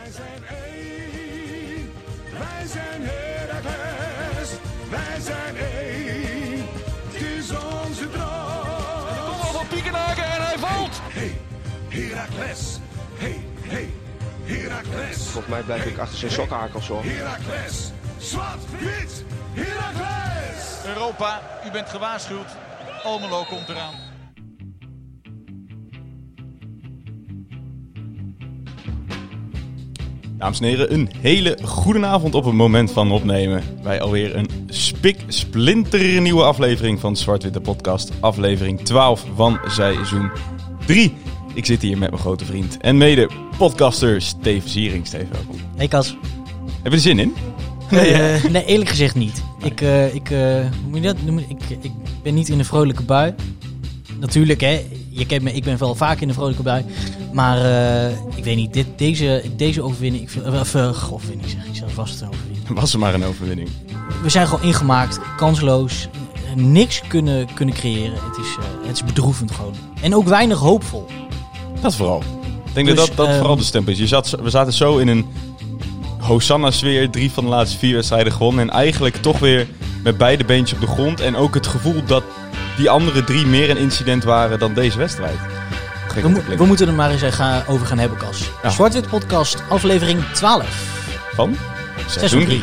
Wij zijn één, wij zijn Heracles, wij zijn één, het is onze droom. En komt al van Piekenhaken en hij valt. Hey, Heracles, hey, Heracles. Volgens mij blijf ik achter zijn sokkenhakels hoor. Heracles, zwart-wit, Heracles. Europa, u bent gewaarschuwd. Almelo komt eraan. Dames en heren, een hele goede avond op het moment van opnemen. Bij alweer een splinternieuwe aflevering van Zwart-Witte Podcast. Aflevering 12 van seizoen 3. Ik zit hier met mijn grote vriend en mede podcaster Steve Ziering. Steve, welkom. Hey Kas. Heb je er zin in? Nee, eerlijk gezegd niet. Hoe moet je dat noemen? Ik ben niet in een vrolijke bui. Natuurlijk, hè. Je kent me, ik ben wel vaak in een vrolijke bui. Maar ik weet niet, deze overwinning... overwinning zeg ik zelf, was het een overwinning. Was er maar een overwinning. We zijn gewoon ingemaakt, kansloos. Niks kunnen creëren. Het is bedroevend gewoon. En ook weinig hoopvol. Dat vooral. Ik denk Dus, dat vooral de stempel is. We zaten zo in een Hosanna-sfeer. 3 van de laatste 4 wedstrijden gewonnen. En eigenlijk toch weer met beide beentjes op de grond. En ook het gevoel dat die andere 3 meer een incident waren dan deze wedstrijd. We moeten er maar eens over gaan hebben, Kas. Ja. Zwart-Wit Podcast, aflevering 12. Van? Seizoen 3.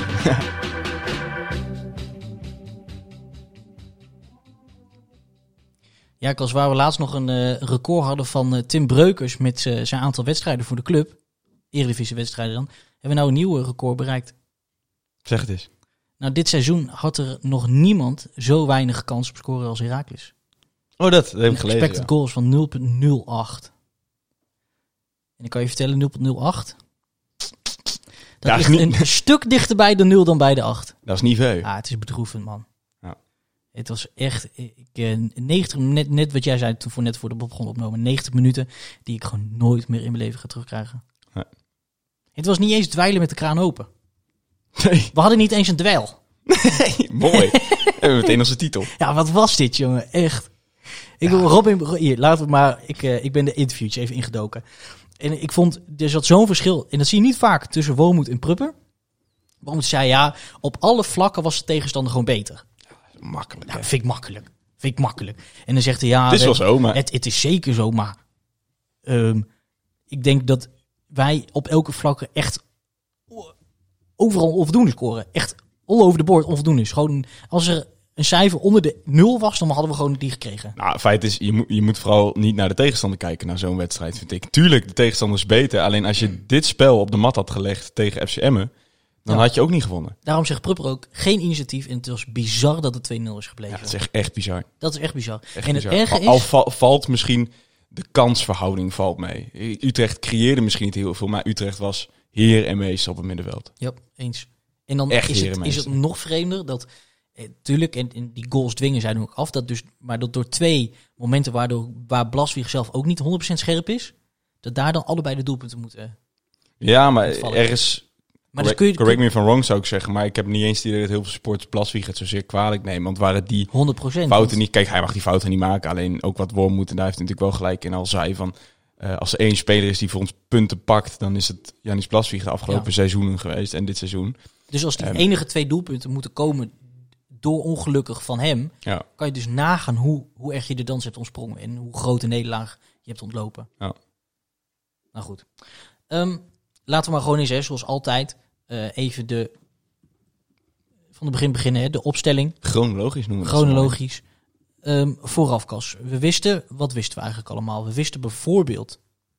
Ja, Kas, waar we laatst nog een record hadden van Tim Breukers met zijn aantal wedstrijden voor de club. Eredivisie-wedstrijden dan. Hebben we nou een nieuw record bereikt. Zeg het eens. Nou, dit seizoen had er nog niemand zo weinig kans op scoren als Heracles. Oh, dat heb ik gelezen. Expected goals van 0,08. En ik kan je vertellen, 0,08. Dat ligt een stuk dichterbij de 0 dan bij de 8. Dat is niet veel. Ah, het is bedroevend, man. Ja. Het was echt 90, net wat jij zei toen net voor de begon opgenomen. 90 minuten die ik gewoon nooit meer in mijn leven ga terugkrijgen. Ja. Het was niet eens dweilen met de kraan open. Nee. We hadden niet eens een dweil. Nee, mooi. We hebben meteen onze titel. Ja, wat was dit, jongen? Echt. Ik wil Robin... Hier, laten we maar... Ik ben de interviewtje even ingedoken. En ik vond... Er zat zo'n verschil... En dat zie je niet vaak tussen Wormoed en Prupper. Wormoed zei, ja... Op alle vlakken was de tegenstander gewoon beter. Makkelijk. Nou, vind ik makkelijk. En dan zegt hij, ja... Het is wel zo, maar... Het is zeker zo, maar... ik denk dat wij op elke vlakke echt... overal onvoldoende scoren. Echt all over the board onvoldoende is. Gewoon, als er een cijfer onder de 0 was, dan hadden we gewoon die gekregen. Nou, feit is, je moet vooral niet naar de tegenstander kijken naar zo'n wedstrijd, vind ik. Tuurlijk, de tegenstander is beter. Alleen als je dit spel op de mat had gelegd tegen FC Emmen, dan had je ook niet gewonnen. Daarom zegt Prupper ook, geen initiatief. En het was bizar dat het 2-0 is gebleven. Ja, dat is echt bizar. Dat is echt bizar. Echt en bizar. het erge is... Al valt misschien, de kansverhouding valt mee. Utrecht creëerde misschien niet heel veel, maar Utrecht was heer en meester op het middenveld. Ja, eens. En dan Echt is het nog vreemder dat... Tuurlijk, en die goals dwingen zij ook af. Maar dat door 2 momenten waar Blaswieg zelf ook niet 100% scherp is... dat daar dan allebei de doelpunten moeten... Ja, maar ontvallen. ergens... Maar correct me if I'm wrong, zou ik zeggen. Maar ik heb niet eens het idee dat heel veel supporters Blaswieg het zozeer kwalijk nemen. Want waren die 100%. fouten niet... Kijk, hij mag die fouten niet maken. Alleen ook wat Wormoed, en daar heeft hij natuurlijk wel gelijk in al zei van... als er 1 speler is die voor ons punten pakt... dan is het Janis Blaswieg de afgelopen seizoenen geweest. En dit seizoen. Dus als die enige 2 doelpunten moeten komen... door ongelukkig van hem... kan je dus nagaan hoe erg je de dans hebt ontsprongen... en hoe groot de nederlaag je hebt ontlopen. Ja. Nou goed. Laten we maar gewoon eens, zoals altijd... even van het begin beginnen, hè, de opstelling. Chronologisch noemen we dat. Chronologisch. Vooraf, Kas. Wat wisten we eigenlijk allemaal? We wisten bijvoorbeeld...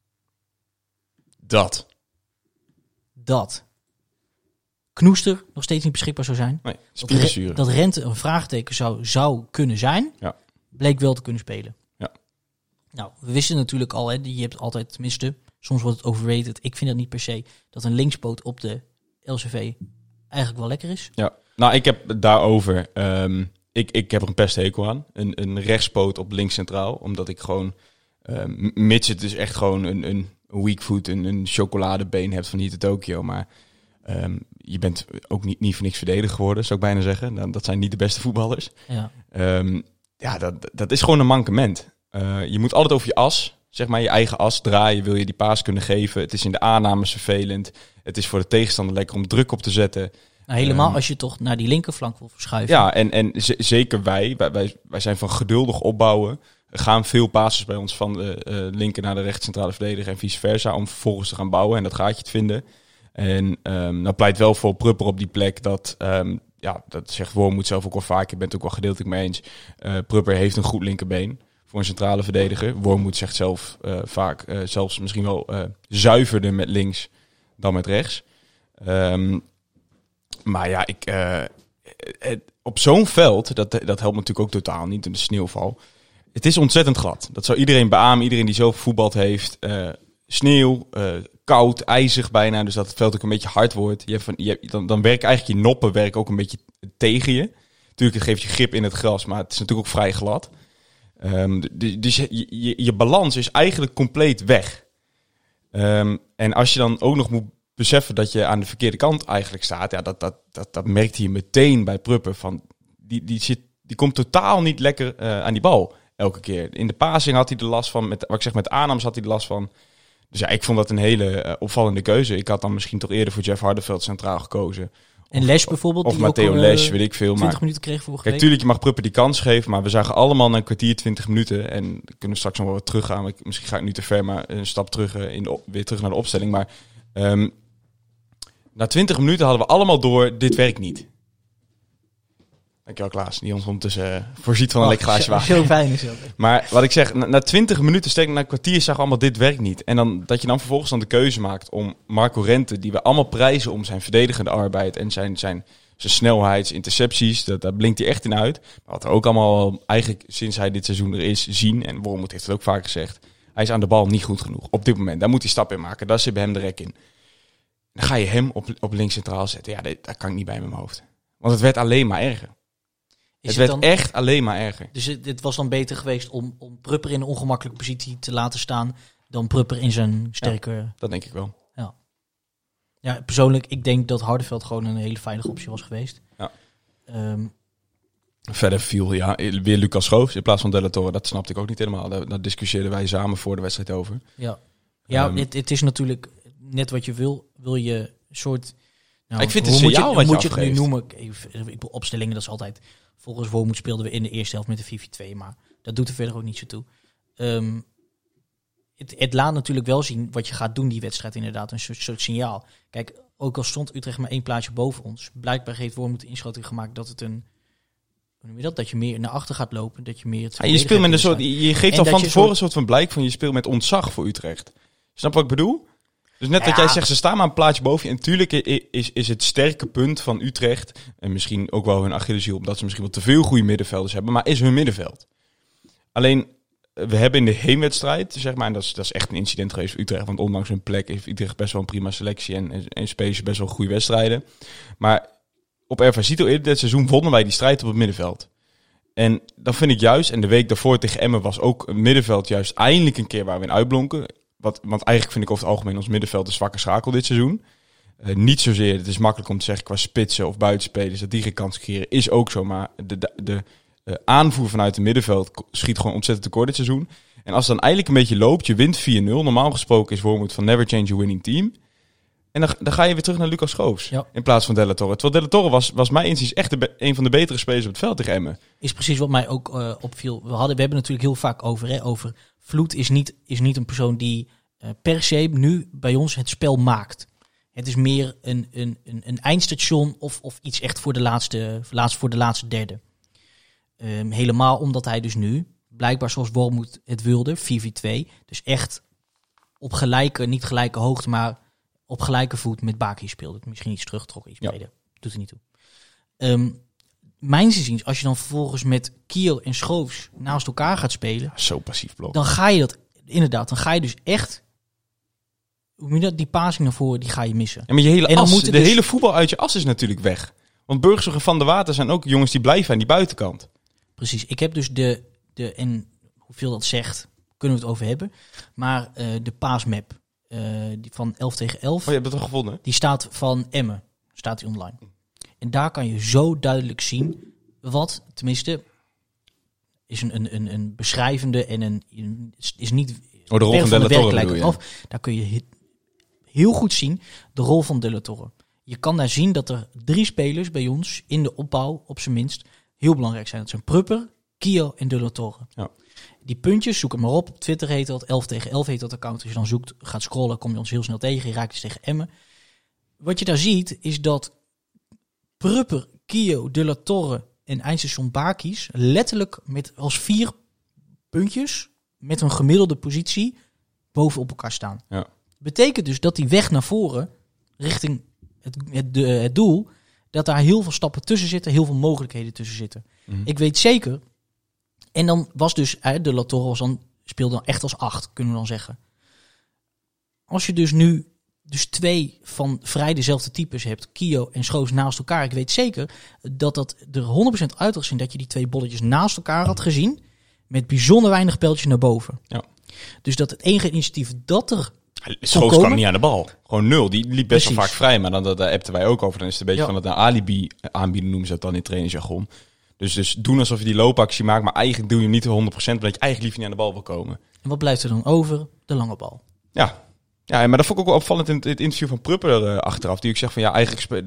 Dat Knoester nog steeds niet beschikbaar zou zijn. Nee, spierblessure. Dat Rente een vraagteken zou kunnen zijn. Ja. Bleek wel te kunnen spelen. Ja. Nou, we wisten natuurlijk al, hè, je hebt altijd, tenminste, soms wordt het overrated. Ik vind dat niet per se, dat een linkspoot op de LCV eigenlijk wel lekker is. Ja, nou, ik heb daarover... Ik heb er een pesthekel aan. Een rechtspoot op links centraal. Omdat ik gewoon... mits het dus echt gewoon een weak foot, een chocoladebeen hebt van hier te Tokio. Maar je bent ook niet voor niks verdediger geworden, zou ik bijna zeggen. Dat zijn niet de beste voetballers. Ja. Dat is gewoon een mankement. Je moet altijd over je as. zeg maar, je eigen as draaien. Wil je die paas kunnen geven. Het is in de aannames vervelend. Het is voor de tegenstander lekker om druk op te zetten. Nou, helemaal als je toch naar die linkerflank wil verschuiven. Ja, en zeker wij zijn van geduldig opbouwen. Er gaan veel passes bij ons van de linker naar de rechtscentrale verdediger en vice versa. Om vervolgens te gaan bouwen en dat gaatje te vinden. En nou pleit wel voor Prupper op die plek dat... dat zegt Wormoed zelf ook wel vaak. Ik ben het ook wel gedeeltelijk mee eens. Prupper heeft een goed linkerbeen voor een centrale verdediger. Wormoed zegt zelf vaak zelfs misschien wel zuiverder met links dan met rechts. Maar ja, op zo'n veld, dat helpt natuurlijk ook totaal niet in de sneeuwval. Het is ontzettend glad. Dat zou iedereen beamen. Iedereen die zelf gevoetbald heeft. Sneeuw, koud, ijzig bijna. Dus dat het veld ook een beetje hard wordt. Dan werken eigenlijk je noppen ook een beetje tegen je. Natuurlijk, het geeft je grip in het gras, maar het is natuurlijk ook vrij glad. Dus je balans is eigenlijk compleet weg. En als je dan ook nog moet beseffen dat je aan de verkeerde kant eigenlijk staat. Ja, dat merkte je meteen bij Prupper. Van, die komt totaal niet lekker aan die bal elke keer. In de passing had hij er last van. Met aannames had hij er last van. Dus ja, ik vond dat een hele opvallende keuze. Ik had dan misschien toch eerder voor Jeff Hardeveld centraal gekozen. En Les bijvoorbeeld. Of Matteo Les, weet ik veel. 20 minuten kreeg vorige week. Kijk, tuurlijk, je mag Prupper die kans geven. Maar we zagen allemaal na een kwartier, 20 minuten. En dan kunnen we straks nog wel wat teruggaan. Misschien ga ik nu te ver, maar een stap terug weer terug naar de opstelling. Maar na 20 minuten hadden we allemaal door, dit werkt niet. Dankjewel Klaas, die ons ondertussen voorziet van een lekker glaasje water. Zo fijn is dat. Maar wat ik zeg, na 20 minuten, sterk na een kwartier, zagen we allemaal, dit werkt niet. En dat je dan vervolgens de keuze maakt om Marco Rente, die we allemaal prijzen om zijn verdedigende arbeid en zijn snelheid, zijn intercepties, daar blinkt hij echt in uit. Maar wat we ook allemaal eigenlijk sinds hij dit seizoen er is zien, en Wormoed heeft het ook vaak gezegd, hij is aan de bal niet goed genoeg. Op dit moment, daar moet hij stap in maken. Daar zit bij hem de rek in. Dan ga je hem op links centraal zetten. Ja, dat kan ik niet bij mijn hoofd. Want het werd alleen maar erger. Het werd echt alleen maar erger. Dus het was dan beter geweest om Prupper in een ongemakkelijke positie te laten staan dan Prupper in zijn sterke... Ja, dat denk ik wel. Ja, persoonlijk, ik denk dat Hardeveld gewoon een hele veilige optie was geweest. Ja. Verder viel weer Lucas Schoofs in plaats van De La Torre. Dat snapte ik ook niet helemaal. Daar discussieerden wij samen voor de wedstrijd over. Ja, het is natuurlijk net wat je wil. Wil je een soort... Nou, ik vind het signaal wat je het nu noemen? Ik wil opstellingen, dat is altijd... Volgens Wormoed speelden we in de eerste helft met de 4-4-2. Maar dat doet er verder ook niet zo toe. Het laat natuurlijk wel zien wat je gaat doen, die wedstrijd inderdaad. Een soort signaal. Kijk, ook al stond Utrecht maar 1 plaatsje boven ons. Blijkbaar heeft Wormoed de inschatting gemaakt dat het dat je meer naar achter gaat lopen. Dat je meer je speelt met een soort... Je geeft al van tevoren een soort van blijk van je speelt met ontzag voor Utrecht. Snap je wat ik bedoel? Dus net wat jij zegt, ze staan maar een plaatje boven je. En natuurlijk is het sterke punt van Utrecht, en misschien ook wel hun Achilleshiel, omdat ze misschien wel te veel goede middenvelders hebben, maar is hun middenveld. Alleen, we hebben in de heenwedstrijd, zeg maar, en dat is echt een incident geweest voor Utrecht, want ondanks hun plek heeft Utrecht best wel een prima selectie en spelen ze best wel goede wedstrijden. Maar op Ervasito eerder dit seizoen wonnen wij die strijd op het middenveld. En dan vind ik juist, en de week daarvoor tegen Emmen was ook een middenveld juist eindelijk een keer waar we in uitblonken. Want eigenlijk vind ik over het algemeen ons middenveld een zwakke schakel dit seizoen. Niet zozeer, het is makkelijk om te zeggen qua spitsen of buitenspelers dat die geen kans creëren, is ook zo. Maar de aanvoer vanuit het middenveld schiet gewoon ontzettend tekort dit seizoen. En als het dan eigenlijk een beetje loopt, je wint 4-0. Normaal gesproken is Wormoed van never change a winning team. En dan ga je weer terug naar Lucas Schoofs. Ja. In plaats van De La Torre. Terwijl De La Torre was mijn inziens echt een van de betere spelers op het veld tegen Emmen. Is precies wat mij ook opviel. We hebben natuurlijk heel vaak over Vloed is niet een persoon die per se nu bij ons het spel maakt. Het is meer een eindstation of iets echt voor de laatste derde. Helemaal omdat hij dus nu, blijkbaar zoals Wormoed het wilde, 4-4-2. Dus echt op niet gelijke hoogte, maar op gelijke voet met Baki speelde. Misschien iets teruggetrokken, iets breder. Doet er niet toe. Mijn inziens, als je dan vervolgens met Kiel en Schoofs naast elkaar gaat spelen, zo passief blok. Dan ga je dat inderdaad, dan ga je dus echt, hoe moet je dat, die passing naar voren, die ga je missen. Ja, maar je hele as, de hele voetbal uit je as is natuurlijk weg. Want Burgzorg en Van der Water zijn ook jongens die blijven aan die buitenkant. Precies. Ik heb dus en hoeveel dat zegt, kunnen we het over hebben. Maar de paasmap die van 11 tegen 11. Oh, je hebt het al gevonden? Die staat van Emmen. Staat die online. En daar kan je zo duidelijk zien tenminste, is een beschrijvende en is niet de rol van De La Torre bedoel je? Daar kun je heel goed zien de rol van De La Torre. Je kan daar zien dat er 3 spelers bij ons in de opbouw, op zijn minst, heel belangrijk zijn. Dat zijn Prupper, Kio en De La Torre. Ja. Die puntjes, zoek het maar op. Op Twitter heet dat, 11 tegen 11 heet dat account. Als je dan zoekt, gaat scrollen, kom je ons heel snel tegen. Je raakt eens tegen Emmen. Wat je daar ziet, is dat Prupper, Kio, De La Torre en eindstation Bakis letterlijk met als 4 puntjes met een gemiddelde positie bovenop elkaar staan. Ja. Betekent dus dat die weg naar voren, richting het doel, dat daar heel veel stappen tussen zitten, heel veel mogelijkheden tussen zitten. Mm-hmm. Ik weet zeker, en dan was dus, De La Torre speelde dan echt als 8, kunnen we dan zeggen. Als je dus nu 2 van vrij dezelfde types hebt, Kio en Schoos naast elkaar, ik weet zeker dat er 100% uit had gezien dat je die 2 bolletjes naast elkaar had gezien, met bijzonder weinig pijltjes naar boven. Ja. Dus dat het enige initiatief dat er Schoos kwam niet aan de bal. Gewoon 0. Die liep best wel Precies. vaak vrij. Maar dan daar appten wij ook over. Dan is het een beetje van het een alibi aanbieden, noemen ze dat dan in trainingsjargon. Dus doen alsof je die loopactie maakt. Maar eigenlijk doe je hem niet 100%. Omdat je eigenlijk liever niet aan de bal wil komen. En wat blijft er dan over? De lange bal. Ja, maar dat vond ik ook wel opvallend in het interview van Prupper achteraf. Die ook zegt van ja, eigenlijk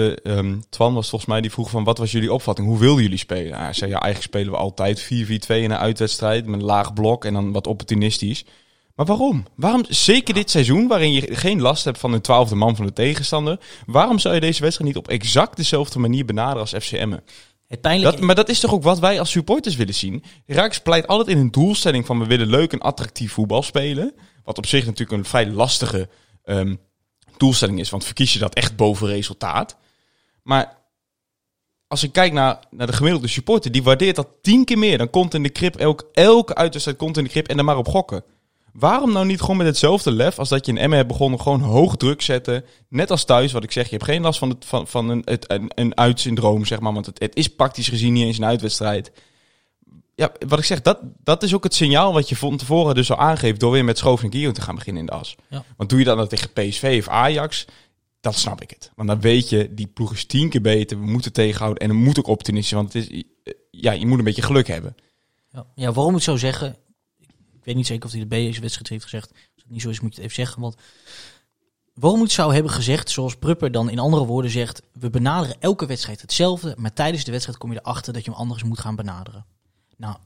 Twan was volgens mij die vroeg van wat was jullie opvatting? Hoe wilden jullie spelen? Hij zei ja, eigenlijk spelen we altijd 4-4-2 in een uitwedstrijd. Met een laag blok en dan wat opportunistisch. Maar waarom? Waarom, zeker dit seizoen, waarin je geen last hebt van een 12e man van de tegenstander, waarom zou je deze wedstrijd niet op exact dezelfde manier benaderen als FC Emmen? Het pijnlijke... Maar dat is toch ook wat wij als supporters willen zien? Raaks pleit altijd in een doelstelling van we willen leuk en attractief voetbal spelen. Wat op zich natuurlijk een vrij lastige doelstelling is, want verkies je dat echt boven resultaat. Maar als ik kijk naar de gemiddelde supporter, die waardeert dat 10 keer meer. Dan komt in de krip, elke uitwedstrijd komt in de krip en dan maar op gokken. Waarom nou niet gewoon met hetzelfde lef als dat je in Emmen hebt begonnen, gewoon hoog druk zetten. Net als thuis, wat ik zeg, je hebt geen last van een uitsyndroom, zeg maar. Want het is praktisch gezien niet eens een uitwedstrijd. Ja, wat ik zeg, dat is ook het signaal wat je van tevoren dus al aangeeft door weer met Schoof en Kio te gaan beginnen in de as. Ja. Want doe je dat dan tegen PSV of Ajax, dan snap ik het. Want dan weet je, die ploeg is 10 keer beter, we moeten tegenhouden en dan moet ook optimistisch, want het is, je moet een beetje geluk hebben. Ja, waarom ik zo zeggen... Ik weet niet zeker of hij de deze wedstrijd heeft gezegd. Als het niet zo is, moet je het even zeggen. Want waarom het zou hebben gezegd, zoals Prupper dan in andere woorden zegt, we benaderen elke wedstrijd hetzelfde, maar tijdens de wedstrijd kom je erachter dat je hem anders moet gaan benaderen. Nou,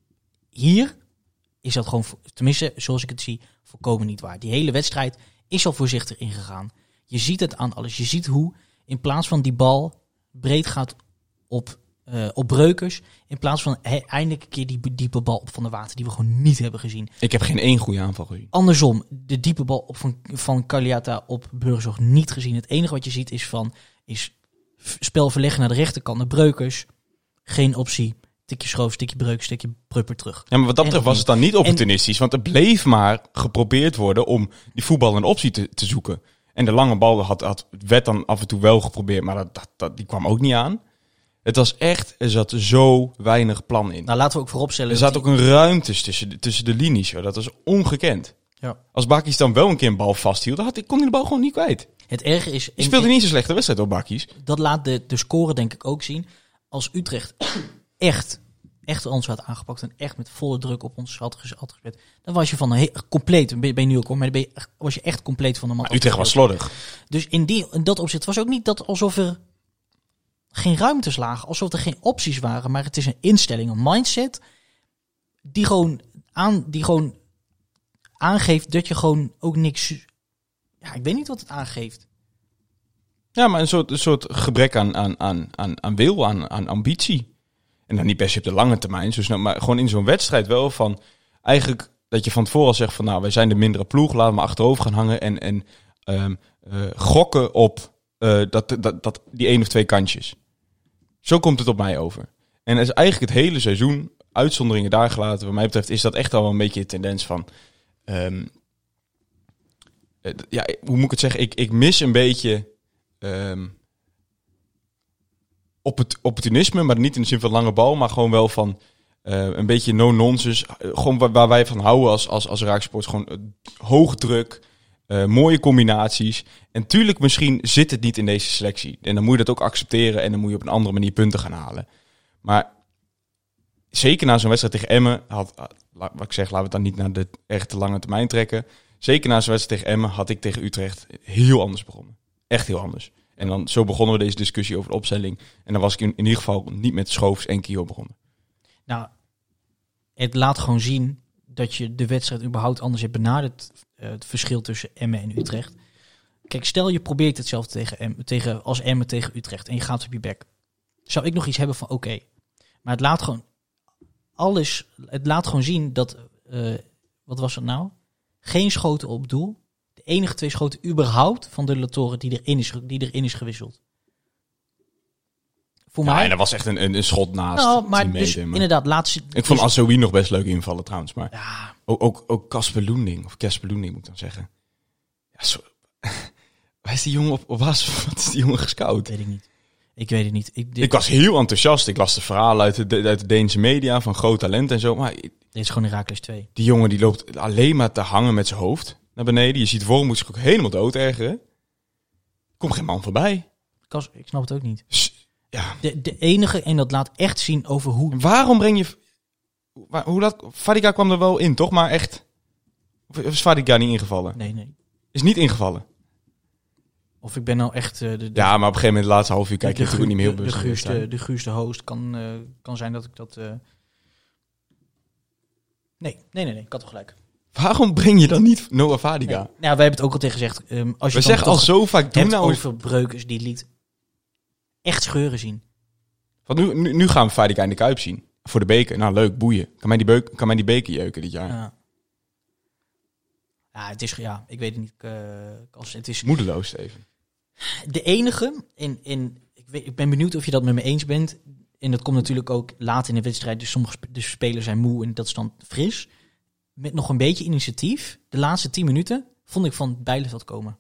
hier is dat gewoon, tenminste zoals ik het zie, volkomen niet waar. Die hele wedstrijd is al voorzichtig ingegaan. Je ziet het aan alles. Je ziet hoe in plaats van die bal breed gaat op Breukers, in plaats van eindelijk een keer die diepe bal op Van der Water die we gewoon niet hebben gezien. Ik heb geen één goede aanval gezien. Andersom, de diepe bal op van Cagliata op Burgzorg niet gezien. Het enige wat je ziet is spel verleggen naar de rechterkant, naar Breukers. Geen optie. Tikje Schoof, tikje Breukers, tikje Prupper terug. Ja, maar wat dat betreft was het dan niet opportunistisch, want er bleef maar geprobeerd worden om die voetbal een optie te zoeken. En de lange bal werd dan af en toe wel geprobeerd, maar die kwam ook niet aan. Het was echt, er zat zo weinig plan in. Nou, laten we ook vooropstellen. Er zat ook een ruimte tussen de linies. Joh. Dat was ongekend. Ja. Als Bakkies dan wel een keer een bal vasthield, kon hij de bal gewoon niet kwijt. Het erge is... Je speelde niet zo'n slechte wedstrijd op Bakkies. Dat laat de score denk ik ook zien. Als Utrecht echt ons had aangepakt en echt met volle druk op ons had gezet, dan was je van compleet, ben je nu ook hoor, maar was je echt compleet van de mat. Utrecht was slordig. Dus in dat opzicht was ook niet dat alsof er geen ruimtes lagen, alsof er geen opties waren, maar het is een instelling, een mindset die gewoon aangeeft dat je gewoon ook niks... Ja, ik weet niet wat het aangeeft. Ja, maar een soort gebrek aan wil, aan ambitie. En dan niet per se op de lange termijn, zo snel, maar gewoon in zo'n wedstrijd wel van... Eigenlijk dat je van tevoren al zegt van nou, wij zijn de mindere ploeg, laten we achterover gaan hangen en gokken op die 1 of 2 kantjes. Zo komt het op mij over. En is eigenlijk het hele seizoen, uitzonderingen daar gelaten, wat mij betreft, is dat echt al wel een beetje de tendens van... hoe moet ik het zeggen? Ik mis een beetje op het opportunisme, maar niet in de zin van lange bal, maar gewoon wel van een beetje no-nonsense. Gewoon waar wij van houden als Raaksport. Gewoon hoog druk, mooie combinaties. En tuurlijk, misschien zit het niet in deze selectie. En dan moet je dat ook accepteren en dan moet je op een andere manier punten gaan halen. Maar zeker na zo'n wedstrijd tegen Emmen wat ik zeg, laten we het dan niet naar de echte lange termijn trekken. Zeker na zo'n wedstrijd tegen Emmen had ik tegen Utrecht heel anders begonnen. Echt heel anders. En dan zo begonnen we deze discussie over de opstelling. En dan was ik in ieder geval niet met Schoofs en Kio begonnen. Nou, het laat gewoon zien dat je de wedstrijd überhaupt anders hebt benaderd. Het verschil tussen Emmen en Utrecht. Kijk, stel je probeert hetzelfde als Emmen tegen Utrecht en je gaat op je bek. Zou ik nog iets hebben van oké. Maar het laat gewoon het laat gewoon zien dat, wat was het nou? Geen schoten op doel. De enige 2 schoten überhaupt van de Latoren die erin is gewisseld. Voor mij. En dat was echt een schot naast. Nou, maar 10 meter, dus maar. inderdaad, laatste. Ik vond Azoui nog best leuk invallen trouwens. Maar Ja, ook Casper Loending, of Casper Loending moet ik dan zeggen. Ja, waar is die jongen wat is die jongen gescout? weet ik niet. Ik weet het niet. Ik was heel enthousiast. Ik las de verhalen uit de Deense media van groot talent en zo. Maar Dit is gewoon Heracles 2. die jongen die loopt alleen maar te hangen met zijn hoofd naar beneden. Je ziet Wormoed zich ook helemaal dood ergeren. Komt geen man voorbij. Ik snap het ook niet. Ja. De enige, en dat laat echt zien over hoe... Waarom breng je... Fadiga kwam er wel in, toch? Maar echt... Of is Fadiga niet ingevallen? Nee. Is niet ingevallen. Of ik ben nou echt... Ja, maar op een gegeven moment, het laatste half uur, kijk je natuurlijk niet meer heel bewust. De Guus de host kan zijn dat ik dat... Nee, ik had toch gelijk. Waarom breng je dan niet Noah Fadiga? Nee. Nou, wij hebben het ook al tegen gezegd. Als je We zeggen al zo vaak, doe het nou... over Breukers, die liet echt scheuren zien. Want nu gaan we Fadiga in de Kuip zien. Voor de beker. Nou, leuk, boeien. Kan mij die beker jeuken dit jaar? Ja, het is... Ja, ik weet het niet. Het is... Moedeloos, Steven. De enige, ik ben benieuwd of je dat met me eens bent. En dat komt natuurlijk ook laat in de wedstrijd. Dus sommige spelers zijn moe en dat is dan fris. Met nog een beetje initiatief. De laatste 10 minuten vond ik van Bijleveld komen.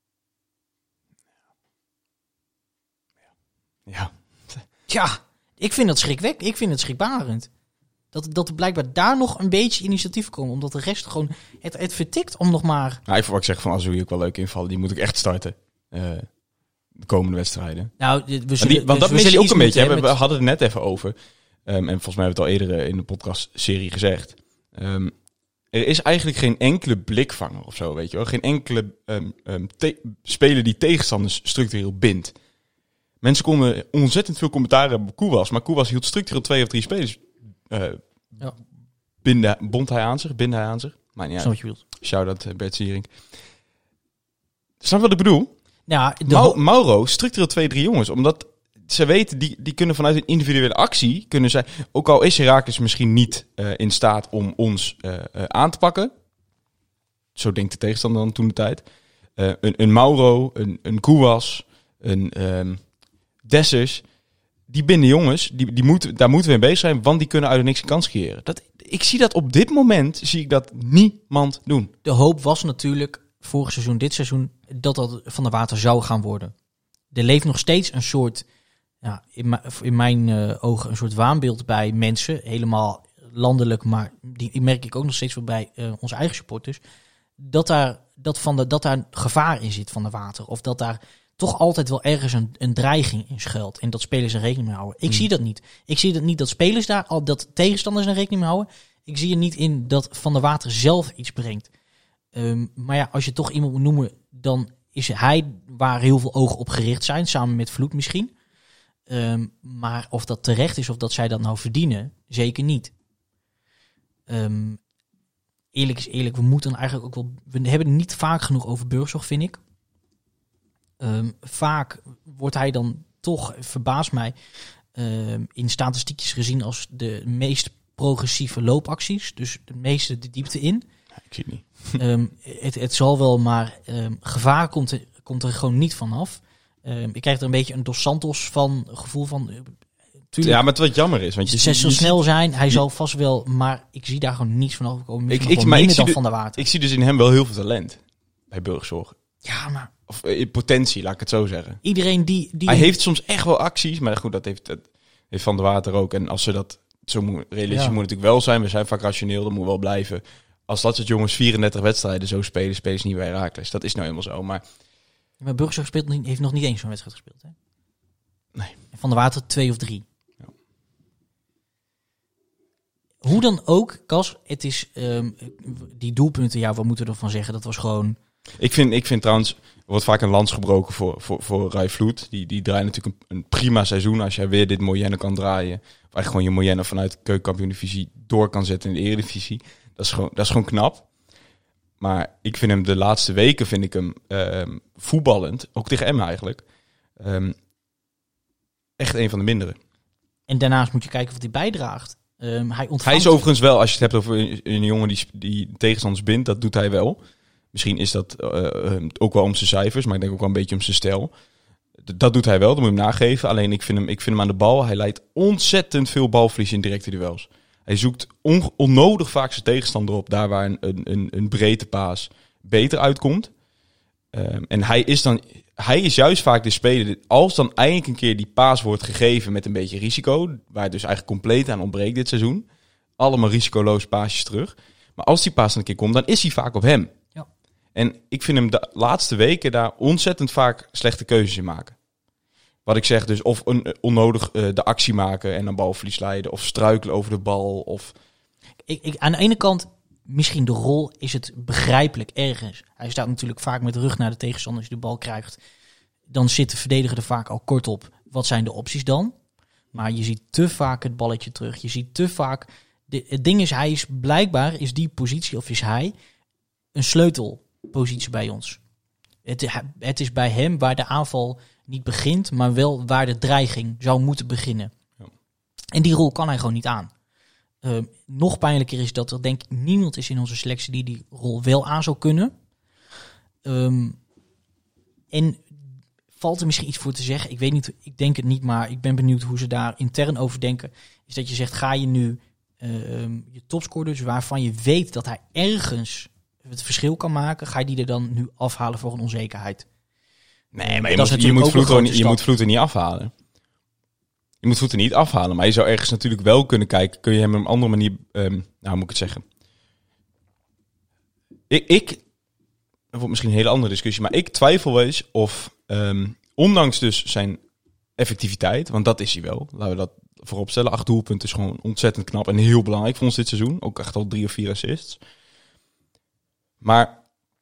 Ja. Ja, ik vind dat schrikwekkend. Ik vind het schrikbarend. Dat er blijkbaar daar nog een beetje initiatief komt. Omdat de rest gewoon... Het vertikt om nog maar... Nou, even wat ik zeg van Azoui ook wel leuk invallen. Die moet ik echt starten. De komende wedstrijden. Nou, Want dat mis je ook een beetje. Hè? We hadden het net even over. En volgens mij hebben we het al eerder in de podcastserie gezegd. Er is eigenlijk geen enkele blikvanger of zo, weet je wel. Geen enkele speler die tegenstanders structureel bindt. Mensen konden ontzettend veel commentaar hebben op Koewas. Maar Koewas hield structureel 2 of 3 spelers bind hij aan zich. Maar niet Snap wat je wilt. Shout-out Bert Siering. Snap je wat ik bedoel? Ja, Mauro, structureel 2-3 jongens. Omdat ze weten, die kunnen vanuit een individuele actie... kunnen zij, ook al is Heracles misschien niet in staat om ons aan te pakken... Zo denkt de tegenstander dan toen de tijd. Een Mauro, een Koewas, een Dessers... Die binnen jongens, daar moeten we in bezig zijn... want die kunnen uit de niks een kans creëren. Ik zie dat op dit moment, zie ik dat niemand doen. De hoop was natuurlijk vorig seizoen, dit seizoen... dat Van der Water zou gaan worden. Er leeft nog steeds een soort... Ja, in mijn ogen een soort waanbeeld bij mensen. Helemaal landelijk, maar die merk ik ook nog steeds wel bij onze eigen supporters. Dat daar gevaar in zit van de Water. Of dat daar toch altijd wel ergens een dreiging in schuilt. En dat spelers er rekening mee houden. Ik zie dat niet. Ik zie dat niet dat spelers dat tegenstanders er rekening mee houden. Ik zie er niet in dat Van der Water zelf iets brengt. Maar ja, als je toch iemand moet noemen, dan is hij waar heel veel ogen op gericht zijn. Samen met Vloed misschien. Maar of dat terecht is of dat zij dat nou verdienen, zeker niet. Eerlijk is eerlijk, we moeten eigenlijk ook wel... We hebben het niet vaak genoeg over Burgzorg, vind ik. Vaak wordt hij dan toch, verbaast mij, in statistiekjes gezien als de meest progressieve loopacties. Dus de meeste de diepte in. Ja, ik zie het niet. Het zal wel, maar gevaar komt er gewoon niet vanaf. Ik krijg er een beetje een Dos Santos gevoel van... Ja, maar wat jammer is. Want je zal snel zijn, hij zal vast wel... Maar ik zie daar gewoon niets van afkomen. Ik zie Van der Water. Ik zie dus in hem wel heel veel talent. Bij Burgzorg. Ja, maar... Of in potentie, laat ik het zo zeggen. Iedereen die... Hij heeft soms echt wel acties. Maar goed, dat heeft Van der Water ook. En als ze dat... Zo realistisch moet natuurlijk wel zijn. We zijn vaak rationeel, dat moet wel blijven. Als dat soort jongens 34 wedstrijden zo spelen ze niet bij Heracles. Dat is nou helemaal zo, maar... Maar Burgzorg heeft nog niet eens zo'n wedstrijd gespeeld, hè? Nee. Van der Water 2 of 3. Ja. Hoe dan ook, Cas, het is die doelpunten, ja, wat moeten we ervan zeggen? Dat was gewoon... Ik vind trouwens, er wordt vaak een lans gebroken voor Rai Vloed. Die draait natuurlijk een prima seizoen als jij weer dit Moyenne kan draaien. Of eigenlijk gewoon je Moyenne vanuit de Keukenkampioen-divisie door kan zetten in de Eredivisie. Dat is gewoon knap. Maar ik vind hem de laatste weken voetballend, ook tegen Emmen eigenlijk, echt een van de mindere. En daarnaast moet je kijken wat hij bijdraagt. Hij is overigens wel, als je het hebt over een jongen die tegenstanders bindt, dat doet hij wel. Misschien is dat ook wel om zijn cijfers, maar ik denk ook wel een beetje om zijn stijl. Dat doet hij wel, dat moet je hem nageven. Alleen ik vind hem aan de bal. Hij leidt ontzettend veel balverlies in directe duels. Hij zoekt onnodig vaak zijn tegenstander op, daar waar een breedte paas beter uitkomt. En hij is juist vaak de speler, als dan eindelijk een keer die paas wordt gegeven met een beetje risico, waar het dus eigenlijk compleet aan ontbreekt dit seizoen. Allemaal risicoloos paasjes terug. Maar als die paas dan een keer komt, dan is hij vaak op hem. Ja. En ik vind hem de laatste weken daar ontzettend vaak slechte keuzes in maken. Wat ik zeg, dus of onnodig de actie maken en een balverlies leiden, of struikelen over de bal. Of... Aan de ene kant, misschien de rol is het begrijpelijk ergens. Hij staat natuurlijk vaak met de rug naar de tegenstander als hij de bal krijgt. Dan zit de verdediger er vaak al kort op. Wat zijn de opties dan? Maar je ziet te vaak het balletje terug. Je ziet te vaak... Het ding is, hij is blijkbaar, is die positie, of is hij een sleutelpositie bij ons. Het is bij hem waar de aanval niet begint, maar wel waar de dreiging zou moeten beginnen. Ja. En die rol kan hij gewoon niet aan. Nog pijnlijker is dat er denk ik niemand is in onze selectie die rol wel aan zou kunnen. En valt er misschien iets voor te zeggen? Ik weet niet, ik denk het niet, maar ik ben benieuwd hoe ze daar intern over denken. Is dat je zegt, ga je nu je topscorer, dus waarvan je weet dat hij ergens het verschil kan maken, ga je die er dan nu afhalen voor een onzekerheid? Nee, maar je moet Vloed er niet afhalen. Je moet Vloed er niet afhalen, maar je zou ergens natuurlijk wel kunnen kijken. Kun je hem op een andere manier... hoe moet ik het zeggen? Dat wordt misschien een hele andere discussie, maar ik twijfel wel eens of, ondanks dus zijn effectiviteit, want dat is hij wel, laten we dat voorop stellen. 8 doelpunten is gewoon ontzettend knap en heel belangrijk voor ons dit seizoen. Ook echt al 3 of 4 assists. Maar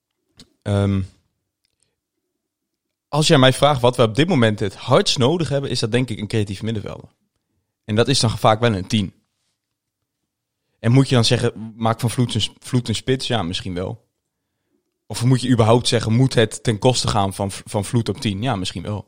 als jij mij vraagt wat we op dit moment het hardst nodig hebben, is dat denk ik een creatief middenvelder. En dat is dan vaak wel een 10. En moet je dan zeggen, maak van Vloed een spits? Ja, misschien wel. Of moet je überhaupt zeggen, moet het ten koste gaan van Vloed op 10? Ja, misschien wel.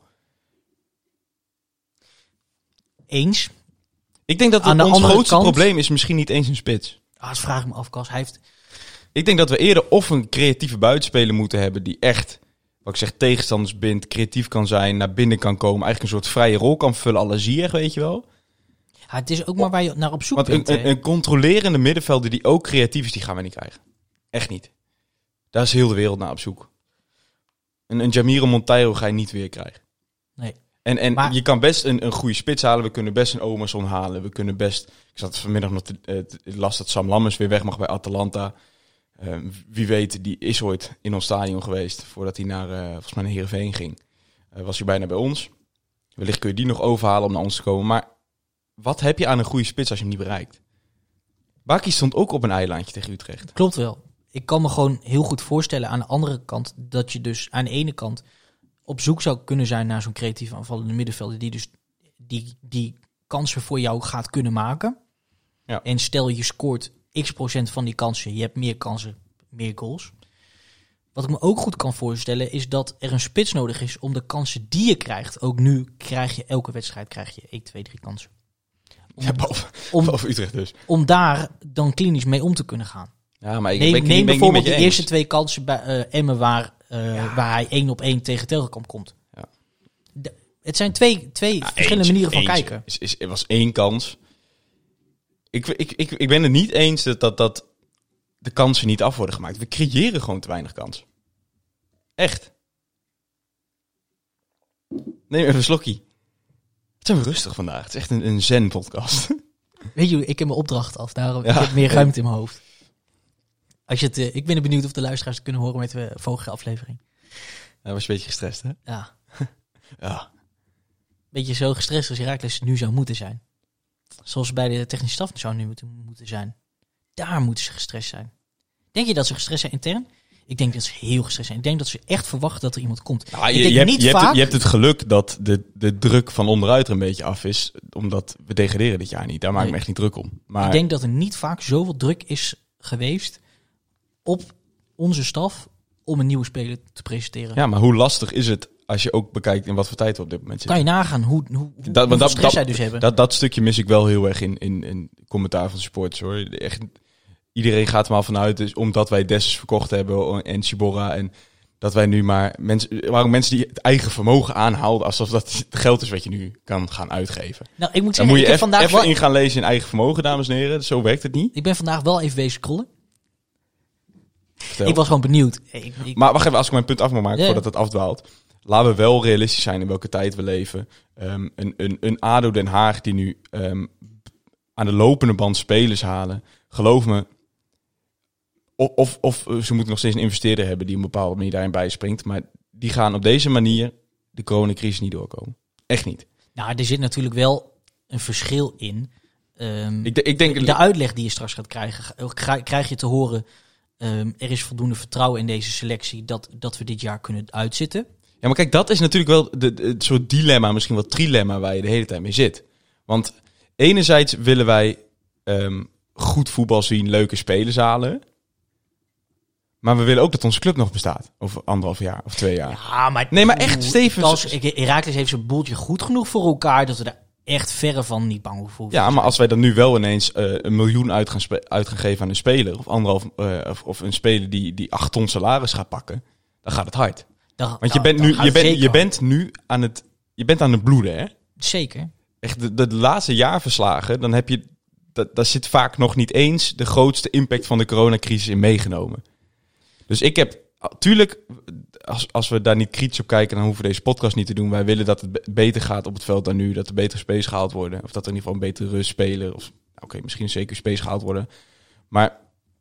Eens. Ik denk dat ons grootste probleem is misschien niet eens een spits. Dat vraag ik me af, Cas. Ik denk dat we eerder of een creatieve buitenspeler moeten hebben die echt, wat ik zeg, tegenstanders bindt, creatief kan zijn, naar binnen kan komen, eigenlijk een soort vrije rol kan vullen, à la Ziyech, weet je wel. Ja, het is ook maar waar je naar op zoek bent. Want een controlerende middenvelder die ook creatief is, die gaan we niet krijgen. Echt niet. Daar is heel de wereld naar op zoek. Een Jamiro Monteiro ga je niet weer krijgen. Nee. Maar je kan best een goede spits halen. We kunnen best een Omerson halen. We kunnen best... Ik zat vanmiddag nog las dat Sam Lammers weer weg mag bij Atalanta. Wie weet, die is ooit in ons stadion geweest voordat hij naar, volgens mij naar Heerenveen ging. Was hij bijna bij ons. Wellicht kun je die nog overhalen om naar ons te komen. Maar wat heb je aan een goede spits als je hem niet bereikt? Baki stond ook op een eilandje tegen Utrecht. Klopt wel. Ik kan me gewoon heel goed voorstellen aan de andere kant dat je dus aan de ene kant op zoek zou kunnen zijn naar zo'n creatief aanvallende middenvelder die dus die kansen voor jou gaat kunnen maken. Ja. En stel je scoort x% van die kansen, je hebt meer kansen, meer goals. Wat ik me ook goed kan voorstellen is dat er een spits nodig is om de kansen die je krijgt. Ook nu krijg je elke wedstrijd 1, 2, 3 kansen. Behalve Utrecht dus. Om daar dan klinisch mee om te kunnen gaan. Ja, maar neem bijvoorbeeld de eerste 2 kansen bij Emmen waar hij 1-op-1 tegen Telgekamp komt. Ja. Het zijn twee verschillende manieren van kijken. Er was 1 kans. Ik ben het niet eens dat de kansen niet af worden gemaakt. We creëren gewoon te weinig kans. Echt. Neem even een slokkie. Het zijn we rustig vandaag. Het is echt een zen-podcast. Weet je, ik heb mijn opdracht af. Daarom heb ik meer ruimte in mijn hoofd. Ik ben benieuwd of de luisteraars het kunnen horen met de vorige aflevering. Ja, was je een beetje gestrest, hè? Ja. Ja. Beetje zo gestrest als Heracles nu zou moeten zijn. zoals bij de technische staf zou nu moeten zijn. Daar moeten ze gestrest zijn. Denk je dat ze gestrest zijn intern? Ik denk dat ze heel gestrest zijn. Ik denk dat ze echt verwachten dat er iemand komt. Nou, Je hebt het geluk dat de druk van onderuit er een beetje af is. Omdat we degraderen dit jaar niet. Daar maak ik me echt niet druk om. Maar ik denk dat er niet vaak zoveel druk is geweest op onze staf om een nieuwe speler te presenteren. Ja, maar hoe lastig is het als je ook bekijkt in wat voor tijd we op dit moment zitten? Kan je nagaan hoeveel stress zij dus hebben. Dat stukje mis ik wel heel erg in commentaar van supporters, hoor. Echt, iedereen gaat er maar vanuit, dus omdat wij Dessus verkocht hebben en Ciborra en dat wij nu maar waarom mensen die het eigen vermogen aanhaalden alsof dat het geld is wat je nu kan gaan uitgeven. Nou, ik moet Dan zeggen, moet je even in gaan lezen in eigen vermogen, dames en heren. Zo werkt het niet. Ik ben vandaag wel even wezen scrollen. Vertel. Ik was gewoon benieuwd. Maar wacht even, als ik mijn punt af mag maken Ja. voordat het afdwaalt. Laten we wel realistisch zijn in welke tijd we leven. Een ADO Den Haag die nu aan de lopende band spelers halen. Geloof me. Of ze moeten nog steeds een investeerder hebben die op een bepaalde manier daarin bijspringt. Maar die gaan op deze manier de coronacrisis niet doorkomen. Echt niet. Nou, er zit natuurlijk wel een verschil in. Ik denk De uitleg die je straks gaat krijgen, krijg je te horen. Er is voldoende vertrouwen in deze selectie dat we dit jaar kunnen uitzitten. Ja, maar kijk, dat is natuurlijk wel het soort dilemma, misschien wel trilemma waar je de hele tijd mee zit. Want enerzijds willen wij goed voetbal zien, leuke spelers halen. Maar we willen ook dat onze club nog bestaat. Over 1,5 jaar of 2 jaar. Ja, maar Nee, maar echt, Steven. Heracles heeft zijn boeltje goed genoeg voor elkaar dat we daar echt verre van niet bang hoeven. Ja, maar als wij dan nu wel ineens 1 miljoen uit gaan geven aan een speler, of 1,5 of een speler die 8 ton salaris gaat pakken, dan gaat het hard. Want je bent aan het bloeden, hè? Zeker. Echt de laatste jaarverslagen, dan heb je daar zit vaak nog niet eens de grootste impact van de coronacrisis in meegenomen. Dus ik heb, tuurlijk, als we daar niet kritisch op kijken, dan hoeven we deze podcast niet te doen. Wij willen dat het beter gaat op het veld dan nu, dat er betere spelers gehaald worden. Of dat er in ieder geval een betere speler, of misschien zeker spelers gehaald worden. Maar,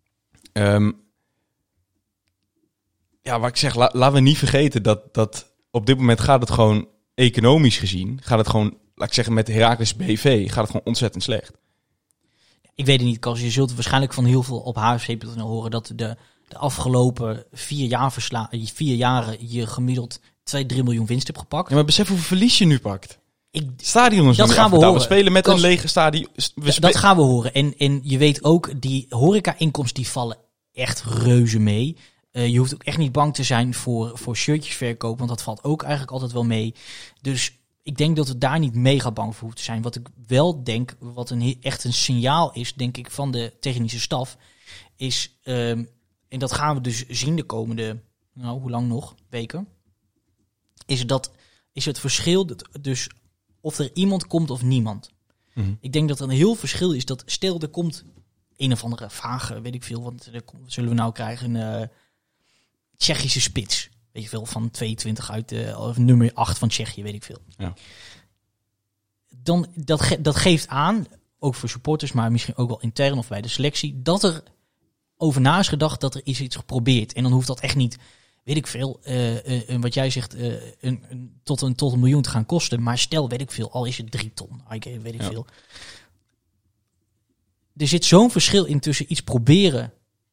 wat ik zeg, laten we niet vergeten dat op dit moment gaat het gewoon economisch gezien, gaat het gewoon, laat ik zeggen, met Heracles BV, gaat het gewoon ontzettend slecht. Ik weet het niet, Kas. Je zult waarschijnlijk van heel veel op HFC.nl horen dat de afgelopen 4 jaren je gemiddeld 2-3 miljoen winst hebt gepakt. Ja, maar besef hoeveel verlies je nu pakt. Stadion is dat gaan we horen. We spelen met een lege stadion. Dat gaan we horen. En je weet ook, die horeca-inkomsten die vallen echt reuze mee. Je hoeft ook echt niet bang te zijn voor shirtjesverkoop, want dat valt ook eigenlijk altijd wel mee. Dus ik denk dat we daar niet mega bang voor hoeven te zijn. Wat ik wel denk, wat echt een signaal is, denk ik, van de technische staf, is, en dat gaan we dus zien de komende, hoe lang nog, weken, is het verschil, dus of er iemand komt of niemand. Mm-hmm. Ik denk dat er een heel verschil is dat, stel er komt een of andere vage, weet ik veel, wat zullen we nou krijgen, een Tsjechische spits. Weet je veel, van 22 uit of nummer 8 van Tsjechië, weet ik veel. Ja. Dan, dat geeft aan, ook voor supporters, maar misschien ook wel intern of bij de selectie, dat er over na is gedacht, dat er is iets geprobeerd. En dan hoeft dat echt niet, weet ik veel, wat jij zegt, tot een miljoen te gaan kosten. Maar stel, weet ik veel, al is het 3 ton, weet ik veel. Er zit zo'n verschil in tussen iets proberen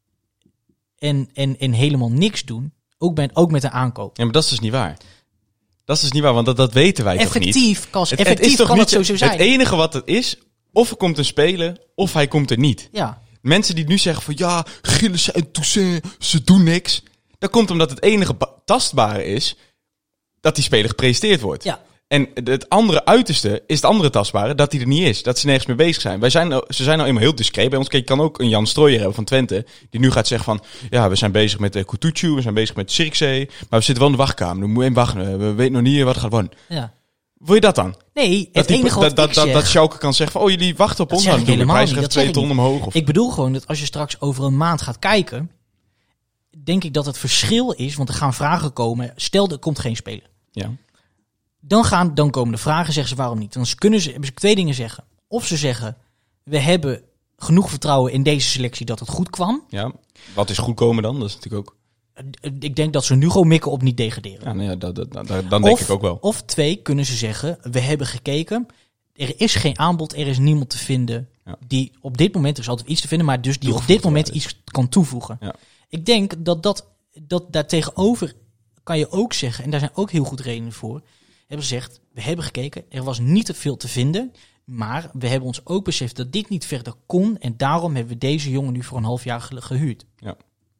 en helemaal niks doen. Ook met een aankoop. Ja, maar dat is dus niet waar. Dat is dus niet waar, want dat weten wij toch niet. Effectief kan het zo zijn. Het enige wat het is, of er komt een speler, of hij komt er niet. Ja. Mensen die nu zeggen van ja, Gillissen en Toussaint, ze doen niks. Dat komt omdat het enige tastbare is dat die speler gepresenteerd wordt. Ja. En het andere uiterste is het andere tastbare, dat hij er niet is. Dat ze nergens mee bezig zijn. Ze zijn nou eenmaal heel discreet. Bij ons je kan ook een Jan Strooijer hebben van Twente, die nu gaat zeggen van, ja, we zijn bezig met Kutucu, we zijn bezig met Zirkzee, maar we zitten wel in de wachtkamer. We moeten even wachten. We weten nog niet wat gaat worden. Ja. Wil je dat dan? Nee, het enige wat ik zeg, dat Schalke kan zeggen van, oh, jullie wachten op ons. Dan doen de prijs even 2 ton omhoog. Of... Ik bedoel gewoon dat als je straks over een maand gaat kijken, denk ik dat het verschil is, want er gaan vragen komen. Stel, er komt geen speler. Ja. Dan komen de vragen, zeggen ze waarom niet. Dan hebben ze 2 dingen zeggen. Of ze zeggen, we hebben genoeg vertrouwen in deze selectie dat het goed kwam. Ja, wat is goed komen dan? Dat is natuurlijk ook... Ik denk dat ze nu gewoon mikken op niet degraderen. Ja, nou ja, dan denk ik ook wel. Of 2 kunnen ze zeggen, we hebben gekeken. er is geen aanbod, er is niemand te vinden die op dit moment, er is altijd iets te vinden, maar dus die op dit moment iets kan toevoegen. Ja. Ik denk dat daar tegenover kan je ook zeggen, en daar zijn ook heel goed redenen voor, hebben ze gezegd, we hebben gekeken, er was niet te veel te vinden, maar we hebben ons ook beseft dat dit niet verder kon en daarom hebben we deze jongen nu voor een half jaar gehuurd. Ja.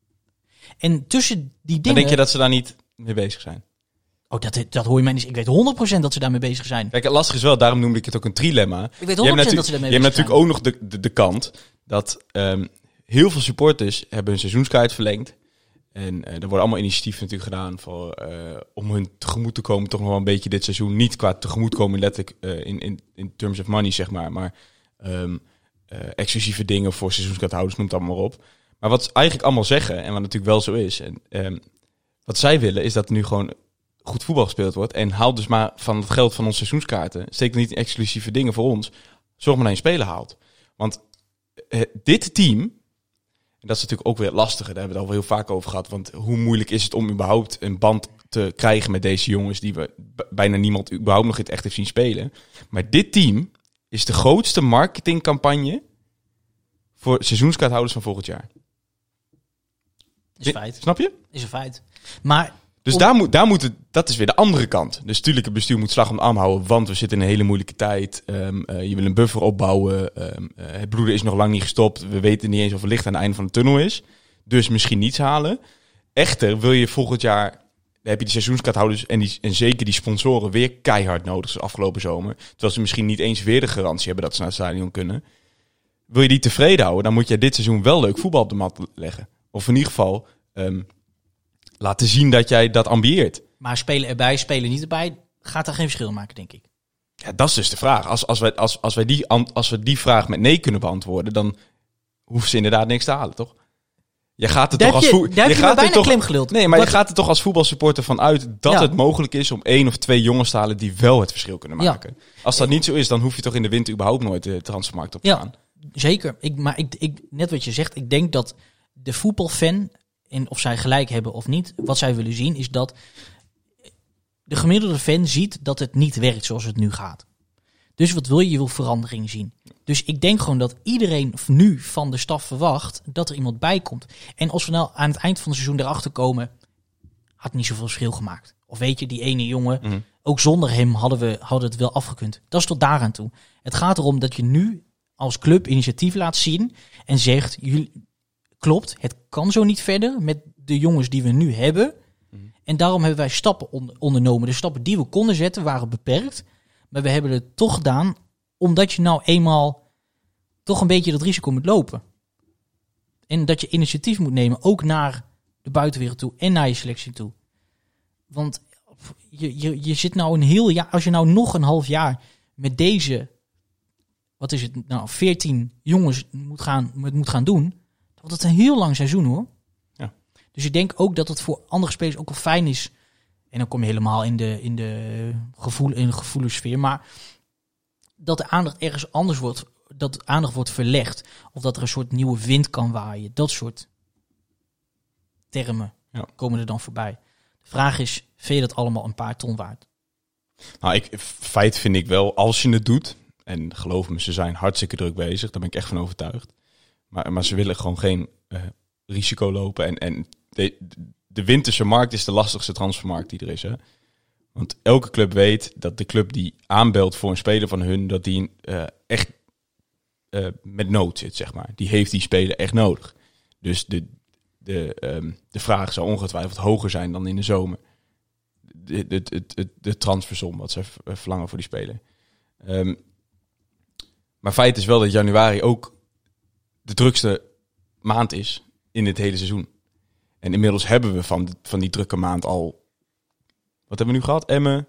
En tussen die dingen... Maar denk je dat ze daar niet mee bezig zijn? Oh, dat hoor je mij niet. Ik weet 100% dat ze daarmee bezig zijn. Kijk, het lastige is wel, daarom noemde ik het ook een trilemma. Ik weet 100% je hebt dat ze daarmee bezig zijn. Je hebt natuurlijk ook nog de kant dat heel veel supporters hebben hun seizoenskaart verlengd. En er worden allemaal initiatieven natuurlijk gedaan voor, om hun tegemoet te komen, toch nog wel een beetje dit seizoen. Niet qua tegemoetkomen letterlijk in terms of money, zeg maar exclusieve dingen voor seizoenskaarthouders, noem het allemaal maar op. Maar wat ze eigenlijk allemaal zeggen, en wat natuurlijk wel zo is, en wat zij willen, is dat er nu gewoon goed voetbal gespeeld wordt. En haal dus maar van het geld van onze seizoenskaarten. Steek er niet in exclusieve dingen voor ons. Zorg maar dat je spelen haalt. Want dit team, en dat is natuurlijk ook weer lastiger. Daar hebben we het al heel vaak over gehad. Want hoe moeilijk is het om überhaupt een band te krijgen met deze jongens die we bijna niemand überhaupt nog in het echt heeft zien spelen. Maar dit team is de grootste marketingcampagne voor seizoenskaarthouders van volgend jaar. Is een feit. Snap je? Is een feit. Maar... Dus dat is weer de andere kant. Dus natuurlijk, het bestuur moet slag om de arm houden, want we zitten in een hele moeilijke tijd. Je wil een buffer opbouwen. Het bloeden is nog lang niet gestopt. We weten niet eens of er licht aan het einde van de tunnel is. Dus misschien niets halen. Echter, wil je volgend jaar, dan heb je die seizoenskaarthouders en zeker die sponsoren weer keihard nodig, zoals afgelopen zomer. Terwijl ze misschien niet eens weer de garantie hebben dat ze naar het stadion kunnen. Wil je die tevreden houden, dan moet je dit seizoen wel leuk voetbal op de mat leggen. Of in ieder geval... laten zien dat jij dat ambieert. Maar spelen erbij, spelen niet erbij, gaat daar geen verschil maken, denk ik. Ja, dat is dus de vraag. Als we die vraag met nee kunnen beantwoorden, dan hoeven ze inderdaad niks te halen, toch? Je gaat er toch als klem geluld. Nee, maar je gaat er toch als voetbalsupporter van uit dat het mogelijk is om 1 of 2 jongens te halen die wel het verschil kunnen maken. Ja. Als dat niet zo is, dan hoef je toch in de winter überhaupt nooit de transfermarkt op te gaan. Zeker. Maar net wat je zegt, ik denk dat de voetbalfan, en of zij gelijk hebben of niet, wat zij willen zien is dat de gemiddelde fan ziet dat het niet werkt zoals het nu gaat. Dus wat wil je? Je wil verandering zien. Dus ik denk gewoon dat iedereen nu van de staf verwacht dat er iemand bij komt. En als we nou aan het eind van het seizoen erachter komen, had niet zoveel verschil gemaakt. Of weet je, die ene jongen, ook zonder hem hadden het wel afgekund. Dat is tot daaraan toe. Het gaat erom dat je nu als club initiatief laat zien en zegt, klopt, het kan zo niet verder met de jongens die we nu hebben. En daarom hebben wij stappen ondernomen. De stappen die we konden zetten waren beperkt. Maar we hebben het toch gedaan omdat je nou eenmaal toch een beetje dat risico moet lopen. En dat je initiatief moet nemen, ook naar de buitenwereld toe en naar je selectie toe. Want je zit nou een heel jaar, als je nou nog een half jaar met deze, wat is het nou, 14 jongens moet gaan doen, dan wordt het een heel lang seizoen, hoor. Ja. Dus ik denk ook dat het voor andere spelers ook wel fijn is. En dan kom je helemaal in de gevoelensfeer. Maar dat de aandacht ergens anders wordt. Dat de aandacht wordt verlegd. Of dat er een soort nieuwe wind kan waaien. Dat soort termen komen er dan voorbij. De vraag is, vind je dat allemaal een paar ton waard? Nou, feit vind ik wel, als je het doet. En geloof me, ze zijn hartstikke druk bezig. Daar ben ik echt van overtuigd. Maar ze willen gewoon geen risico lopen. En de winterse markt is de lastigste transfermarkt die er is. Hè? Want elke club weet dat de club die aanbelt voor een speler van hun, dat die echt met nood zit, zeg maar. Die heeft die speler echt nodig. Dus de vraag zou ongetwijfeld hoger zijn dan in de zomer. De transfersom wat ze verlangen voor die speler. Maar feit is wel dat januari ook de drukste maand is in het hele seizoen. En inmiddels hebben we van die drukke maand al... Wat hebben we nu gehad? Emmen,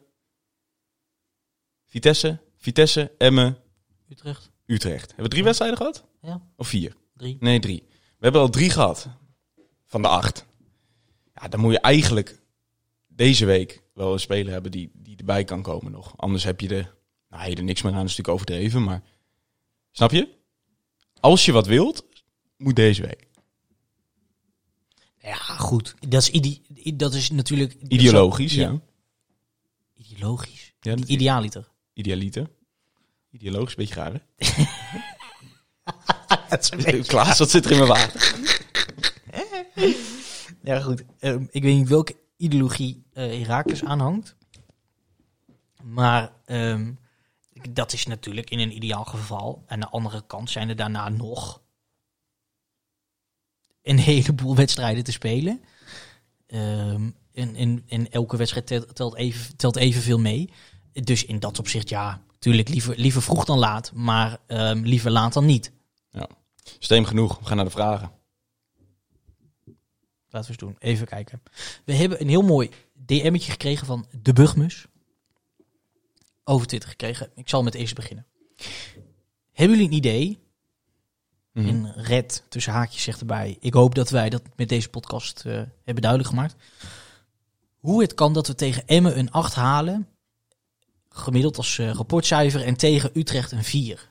Vitesse, Emmen, Utrecht. Hebben we 3 wedstrijden gehad? Ja. Of 4? 3. Nee, 3. We hebben al 3 gehad. Van de 8. Ja, dan moet je eigenlijk deze week wel een speler hebben die erbij kan komen nog. Anders heb je er niks meer aan. Dat is natuurlijk overdreven, maar... Snap je? Als je wat wilt, moet deze week. Ja, goed. Dat is natuurlijk... Ideologisch, ja. Ideologisch? Ja, Idealiter. Idealiter. Ideologisch, een beetje raar, hè? Dat is een beetje- Klaas, wat zit er in mijn water? Ja, goed. Ik weet niet welke ideologie Heracles aanhangt. Maar dat is natuurlijk in een ideaal geval. Aan de andere kant zijn er daarna nog een heleboel wedstrijden te spelen. En elke wedstrijd telt evenveel mee. Dus in dat opzicht, ja, natuurlijk liever vroeg dan laat. Maar liever laat dan niet. Ja. Steem genoeg, we gaan naar de vragen. Laten we eens doen. Even kijken. We hebben een heel mooi DM'tje gekregen van de Bugmus. Over Twitter gekregen. Ik zal met deze beginnen. Hebben jullie een idee? En Red, tussen haakjes, zegt erbij. Ik hoop dat wij dat met deze podcast hebben duidelijk gemaakt. Hoe het kan dat we tegen Emmen een 8 halen. Gemiddeld als rapportcijfer. En tegen Utrecht een 4.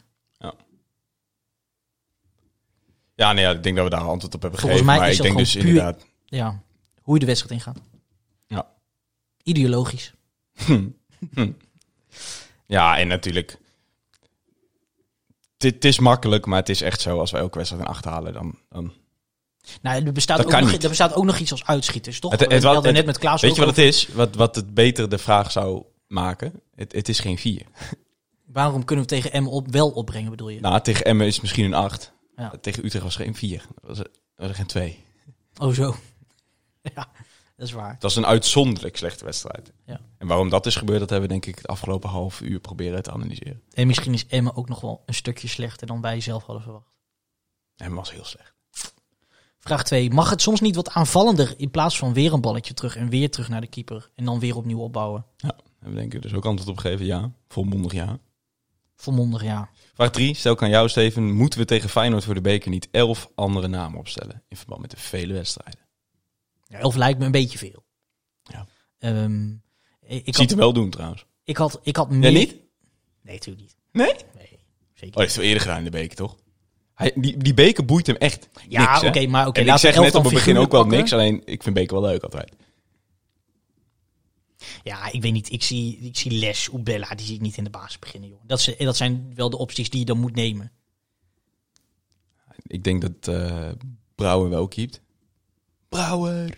Ja, nee, ik denk dat we daar antwoord op hebben Volgens gegeven. mij Maar is ik dat denk dus gewoon puur- inderdaad... Ja, hoe je de wedstrijd ingaat. Ja. Ideologisch. Ja, en natuurlijk... Het is makkelijk, maar het is echt zo. Als we elke wedstrijd een 8 halen, dan... Nou, er Dat kan niet. bestaat ook nog iets als uitschieters, toch? Het We hadden net met Klaas Weet je ook wat het is? Wat het beter de vraag zou maken? Het is geen 4. Waarom kunnen we tegen Emmen wel opbrengen, bedoel je? Nou, tegen Emmen is het misschien een 8. Ja. Tegen Utrecht was er geen 4. Dat was er geen 2. Oh, zo. Ja, dat is waar. Het was een uitzonderlijk slechte wedstrijd. Ja. En waarom dat is gebeurd, dat hebben we denk ik het afgelopen half uur proberen te analyseren. En misschien is Emmen ook nog wel een stukje slechter dan wij zelf hadden verwacht. Emmen was heel slecht. Vraag 2. Mag het soms niet wat aanvallender in plaats van weer een balletje terug en weer terug naar de keeper en dan weer opnieuw opbouwen? Ja, daar hebben we denk ik dus ook antwoord op gegeven. Ja, volmondig ja. Volmondig, ja. Vraag 3, stel ik aan jou Steven. Moeten we tegen Feyenoord voor de beker niet 11 andere namen opstellen? In verband met de vele wedstrijden. Ja, 11 lijkt me een beetje veel. Ja. Ik Ziet hem wel doen trouwens. Ik had meer... Jij niet? Nee, natuurlijk niet. Nee? Nee, zeker Oh, hij niet. heeft het eerder gedaan in de beker, toch? Die beker boeit hem echt Ja, niks, hè? oké, maar oké, En ik laten zeg we 11 net op dan het begin ook wel figuurlijk niks. Alleen, ik vind beker wel leuk altijd. Ja, ik weet niet. Ik zie Les, Oebella, die zie ik niet in de basis beginnen, joh. Dat zijn wel de opties die je dan moet nemen. Ik denk dat Brouwer wel keept. Brouwer,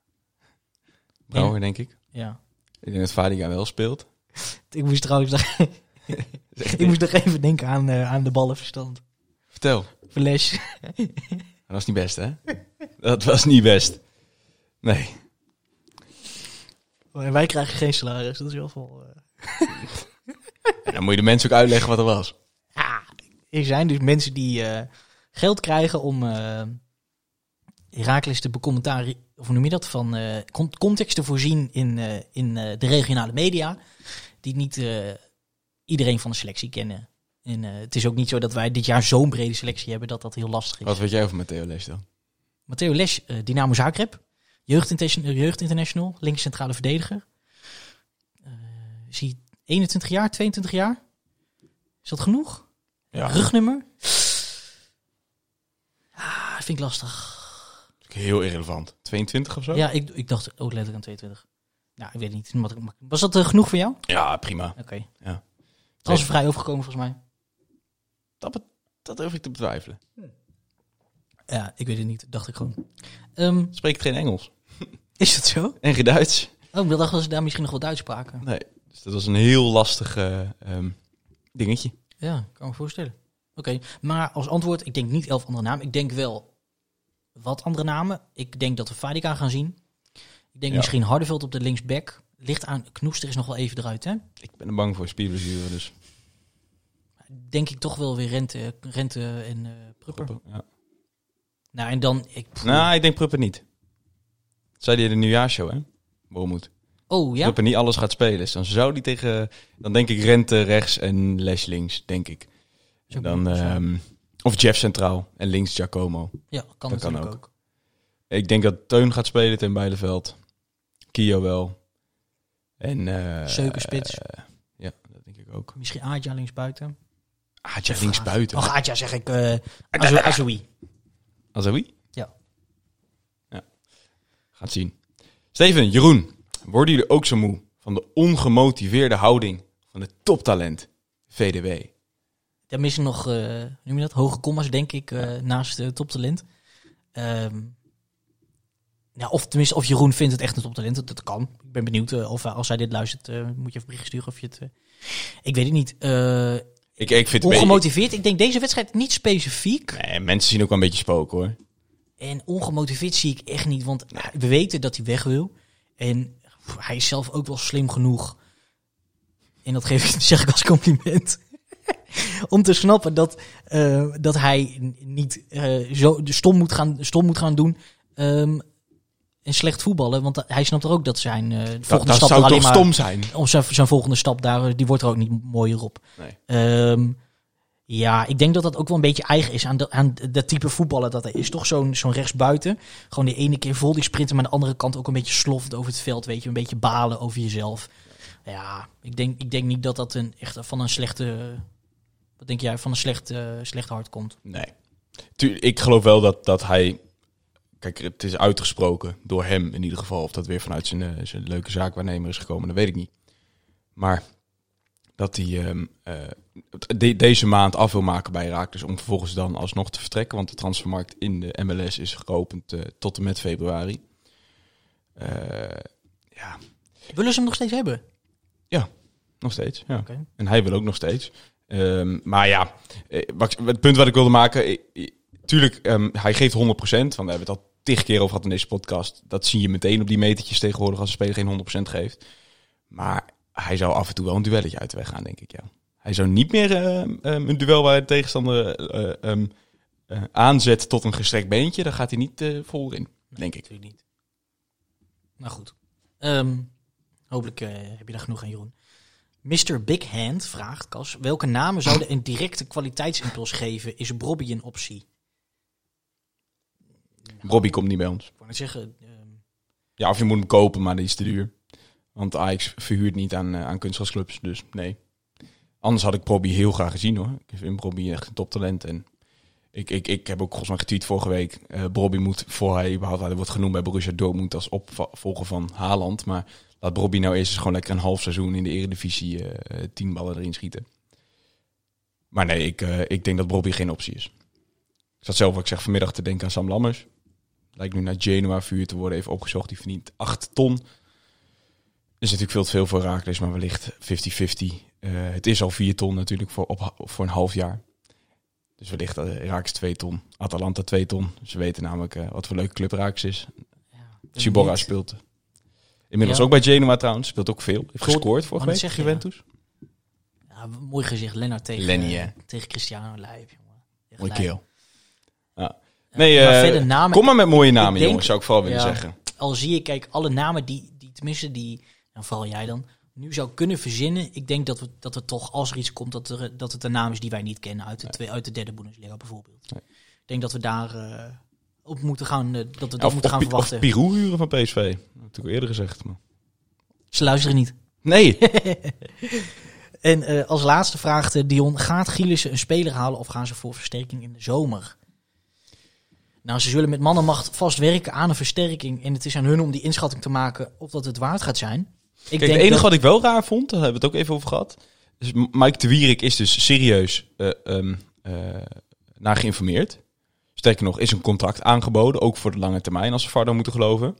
denk ik. Ja. Ik denk dat Fadiga wel speelt. Ik moest trouwens nog even denken aan de ballenverstand. Vertel. Voor Les. Dat was niet best, hè? Dat was niet best. Nee. En wij krijgen geen salaris, dat is wel veel... En dan moet je de mensen ook uitleggen wat er was. Ja, er zijn dus mensen die geld krijgen om Heracles te becommentariëren, of hoe noem je dat, van context te voorzien in de regionale media, die niet iedereen van de selectie kennen. En het is ook niet zo dat wij dit jaar zo'n brede selectie hebben dat heel lastig is. Wat weet jij over Matteo Les dan? Matteo Les, Dynamo Zagreb, jeugdinternational, links centrale verdediger. Is hij 21 jaar, 22 jaar? Is dat genoeg? Ja. Rugnummer? Vind ik lastig. Heel irrelevant. 22 of zo? Ja, ik dacht ook letterlijk aan 22. Nou, ik weet niet. Was dat genoeg voor jou? Ja, prima. Oké. Ja. Transfervrij overgekomen volgens mij. Dat durf ik te betwijfelen. Ja, ik weet het niet. Dacht ik gewoon. Spreekt geen Engels. Is dat zo? En geen Duits. Oh, ik dacht dat ze daar misschien nog wel Duits spraken. Nee. Dus dat was een heel lastig dingetje. Ja, kan me voorstellen. Oké, maar als antwoord, ik denk niet 11 andere namen. Ik denk wel wat andere namen. Ik denk dat we Fadiga gaan zien. Ik denk misschien Hardeveld op de linksback. Ligt aan, Knoester is nog wel even eruit, hè? Ik ben er bang voor spierblessure, dus... Denk ik toch wel weer Rente en Prupper. Ja. Nou, en dan... Nou, ik denk Prupper niet. Dat zei hij in de nieuwjaarshow, hè? Wormoed. Oh, ja? Prupper niet alles gaat spelen. Dus dan zou die tegen... Dan denk ik Rente rechts en Les links, denk ik. En dan, of Jeff centraal en links Giacomo. Ja, kan dat natuurlijk kan ook. Ik denk dat Teun gaat spelen ten Bijleveld. Kio wel. En... Seukenspits. Ja, dat denk ik ook. Misschien Adja linksbuiten. Adja links buiten. Och, Adja zeg ik. Azoui. Azoui? Ja. Gaat zien. Steven, Jeroen. Worden jullie ook zo moe van de ongemotiveerde houding van het toptalent VDW? Daar missen nog, hoe noem je dat? Hoge komma's, denk ik, naast toptalent. Of tenminste, of Jeroen vindt het echt een toptalent. Dat kan. Ik ben benieuwd of als hij dit luistert, moet je even bericht sturen of je het... ik weet het niet. Ik vind het ongemotiveerd. Ik denk deze wedstrijd niet specifiek. Nee, mensen zien ook wel een beetje spoken, hoor. En ongemotiveerd zie ik echt niet, want we weten dat hij weg wil. En hij is zelf ook wel slim genoeg. En dat zeg ik als compliment. Om te snappen dat hij niet zo stom moet gaan doen. En slecht voetballen. Want hij snapt er ook dat zijn volgende stap zou alleen toch maar stom zijn? Om zijn volgende stap daar, die wordt er ook niet mooier op. Nee. Ik denk dat dat ook wel een beetje eigen is aan dat type voetballen dat hij is. Toch zo'n rechtsbuiten. Gewoon de ene keer vol die sprinten, maar aan de andere kant ook een beetje sloft over het veld. Weet je, een beetje balen over jezelf. Ja, ik denk niet dat dat van een slechte... Wat denk jij, van een slecht hart komt? Nee. Ik geloof wel dat hij... Kijk, het is uitgesproken door hem in ieder geval. Of dat weer vanuit zijn leuke zaakwaarnemer is gekomen, dat weet ik niet. Maar dat hij deze maand af wil maken bij Heracles om vervolgens dan alsnog te vertrekken. Want de transfermarkt in de MLS is geopend tot en met februari. Willen ze hem nog steeds hebben? Ja, nog steeds. Ja. Okay. En hij wil ook nog steeds. Maar ja, het punt wat ik wilde maken... Tuurlijk, hij geeft 100%. Want we hebben het al 10 keer over gehad in deze podcast. Dat zie je meteen op die metertjes tegenwoordig als een speler geen 100% geeft. Maar hij zou af en toe wel een duelletje uit de weg gaan, denk ik. Ja. Hij zou niet meer een duel waar de tegenstander aanzet tot een gestrekt beentje. Daar gaat hij niet vol in, denk ik. Natuurlijk niet. Nou goed. Hopelijk heb je daar genoeg aan, Jeroen. Mr. Big Hand vraagt, Cas, welke namen zouden een directe kwaliteitsimpuls geven? Is Brobby een optie? Brobby komt niet bij ons. Ik wou net zeggen... Ja, of je moet hem kopen, maar die is te duur. Want Ajax verhuurt niet aan kunstgrasclubs, dus nee. Anders had ik Brobby heel graag gezien, hoor. Ik vind Brobby echt een toptalent. En ik heb ook volgens mij getweet vorige week... Brobby moet, voor hij überhaupt wordt genoemd bij Borussia Dortmund als opvolger van Haaland. Maar laat Brobby nou eerst eens gewoon lekker een half seizoen in de Eredivisie 10 ballen erin schieten. Maar nee, ik denk dat Brobby geen optie is. Ik zat zelf, wat ik zeg, vanmiddag te denken aan Sam Lammers. Lijkt nu naar Genoa verhuurd te worden, even opgezocht. Die verdient 8 ton. Is natuurlijk veel te veel voor Heracles, maar wellicht 50-50. Het is al 4 ton natuurlijk voor een half jaar. Dus wellicht Heracles 2 ton. Atalanta 2 ton. Ze weten namelijk wat voor leuke club Heracles is. Ciborra speelt inmiddels ook bij Genoa trouwens. Speelt ook veel. Heeft gescoord vorige week tegen Juventus. Ja, mooi gezicht. Lennart tegen Cristiano Lijp. Mooi keel. Ja. Nee, kom maar met mooie namen, jongens, zou ik vooral willen zeggen. Al zie je, kijk, alle namen die vooral jij dan, nu zou kunnen verzinnen. Ik denk dat we toch, als er iets komt, dat het een naam is die wij niet kennen uit de derde Bundesliga bijvoorbeeld. Nee. Ik denk dat we daar op moeten gaan, moeten gaan verwachten. Of Pirou huren van PSV. Dat heb ik natuurlijk eerder gezegd. Maar... Ze luisteren niet. Nee. En als laatste vraagt Dion, gaat Gielissen een speler halen of gaan ze voor versterking in de zomer? Nou, ze zullen met mannenmacht vast werken aan een versterking. En het is aan hun om die inschatting te maken of dat het waard gaat zijn. Het enige wat ik wel raar vond, daar hebben we het ook even over gehad. Dus Mike de Wierik is dus serieus naar geïnformeerd. Sterker nog, is een contract aangeboden, ook voor de lange termijn, als we Vardo moeten geloven.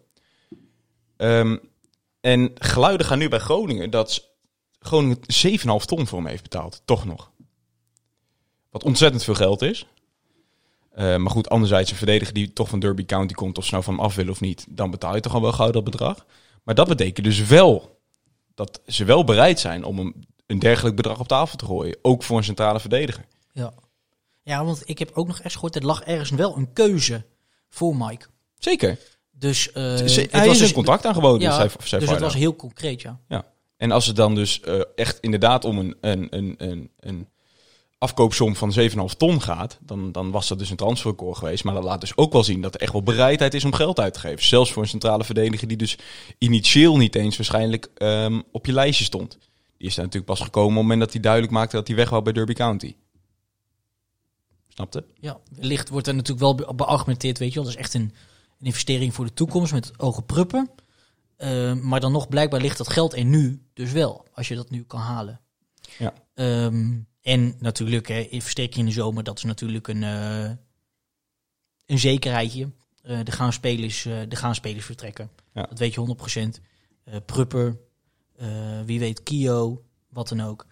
En geluiden gaan nu bij Groningen dat Groningen 7,5 ton voor hem heeft betaald. Toch nog. Wat ontzettend veel geld is. Maar goed, anderzijds een verdediger die toch van Derby County komt, of ze nou van hem af willen of niet, dan betaal je toch al wel gauw dat bedrag. Maar dat betekent dus wel dat ze wel bereid zijn om een dergelijk bedrag op tafel te gooien. Ook voor een centrale verdediger. Ja, want ik heb ook nog eens gehoord, er lag ergens wel een keuze voor Mike. Zeker. Dus hij is een contract aangeboden. Ja, dus het was heel concreet, ja. En als het dan dus echt inderdaad om een afkoopsom van 7,5 ton gaat, dan was dat dus een transferrecord geweest. Maar dat laat dus ook wel zien dat er echt wel bereidheid is om geld uit te geven. Zelfs voor een centrale verdediger die dus initieel niet eens waarschijnlijk op je lijstje stond. Die is daar natuurlijk pas gekomen op het moment dat hij duidelijk maakte dat hij weg wou bij Derby County. Snapte? Ja, wellicht wordt er natuurlijk wel beargumenteerd, weet je wel. Dat is echt een investering voor de toekomst met ogen pruppen. Maar dan nog blijkbaar ligt dat geld er nu dus wel, als je dat nu kan halen. Ja. En natuurlijk, versterk je in de zomer, dat is natuurlijk een zekerheidje. Er gaan spelers vertrekken. Ja. Dat weet je 100%. Prupper, wie weet Kio, wat dan ook.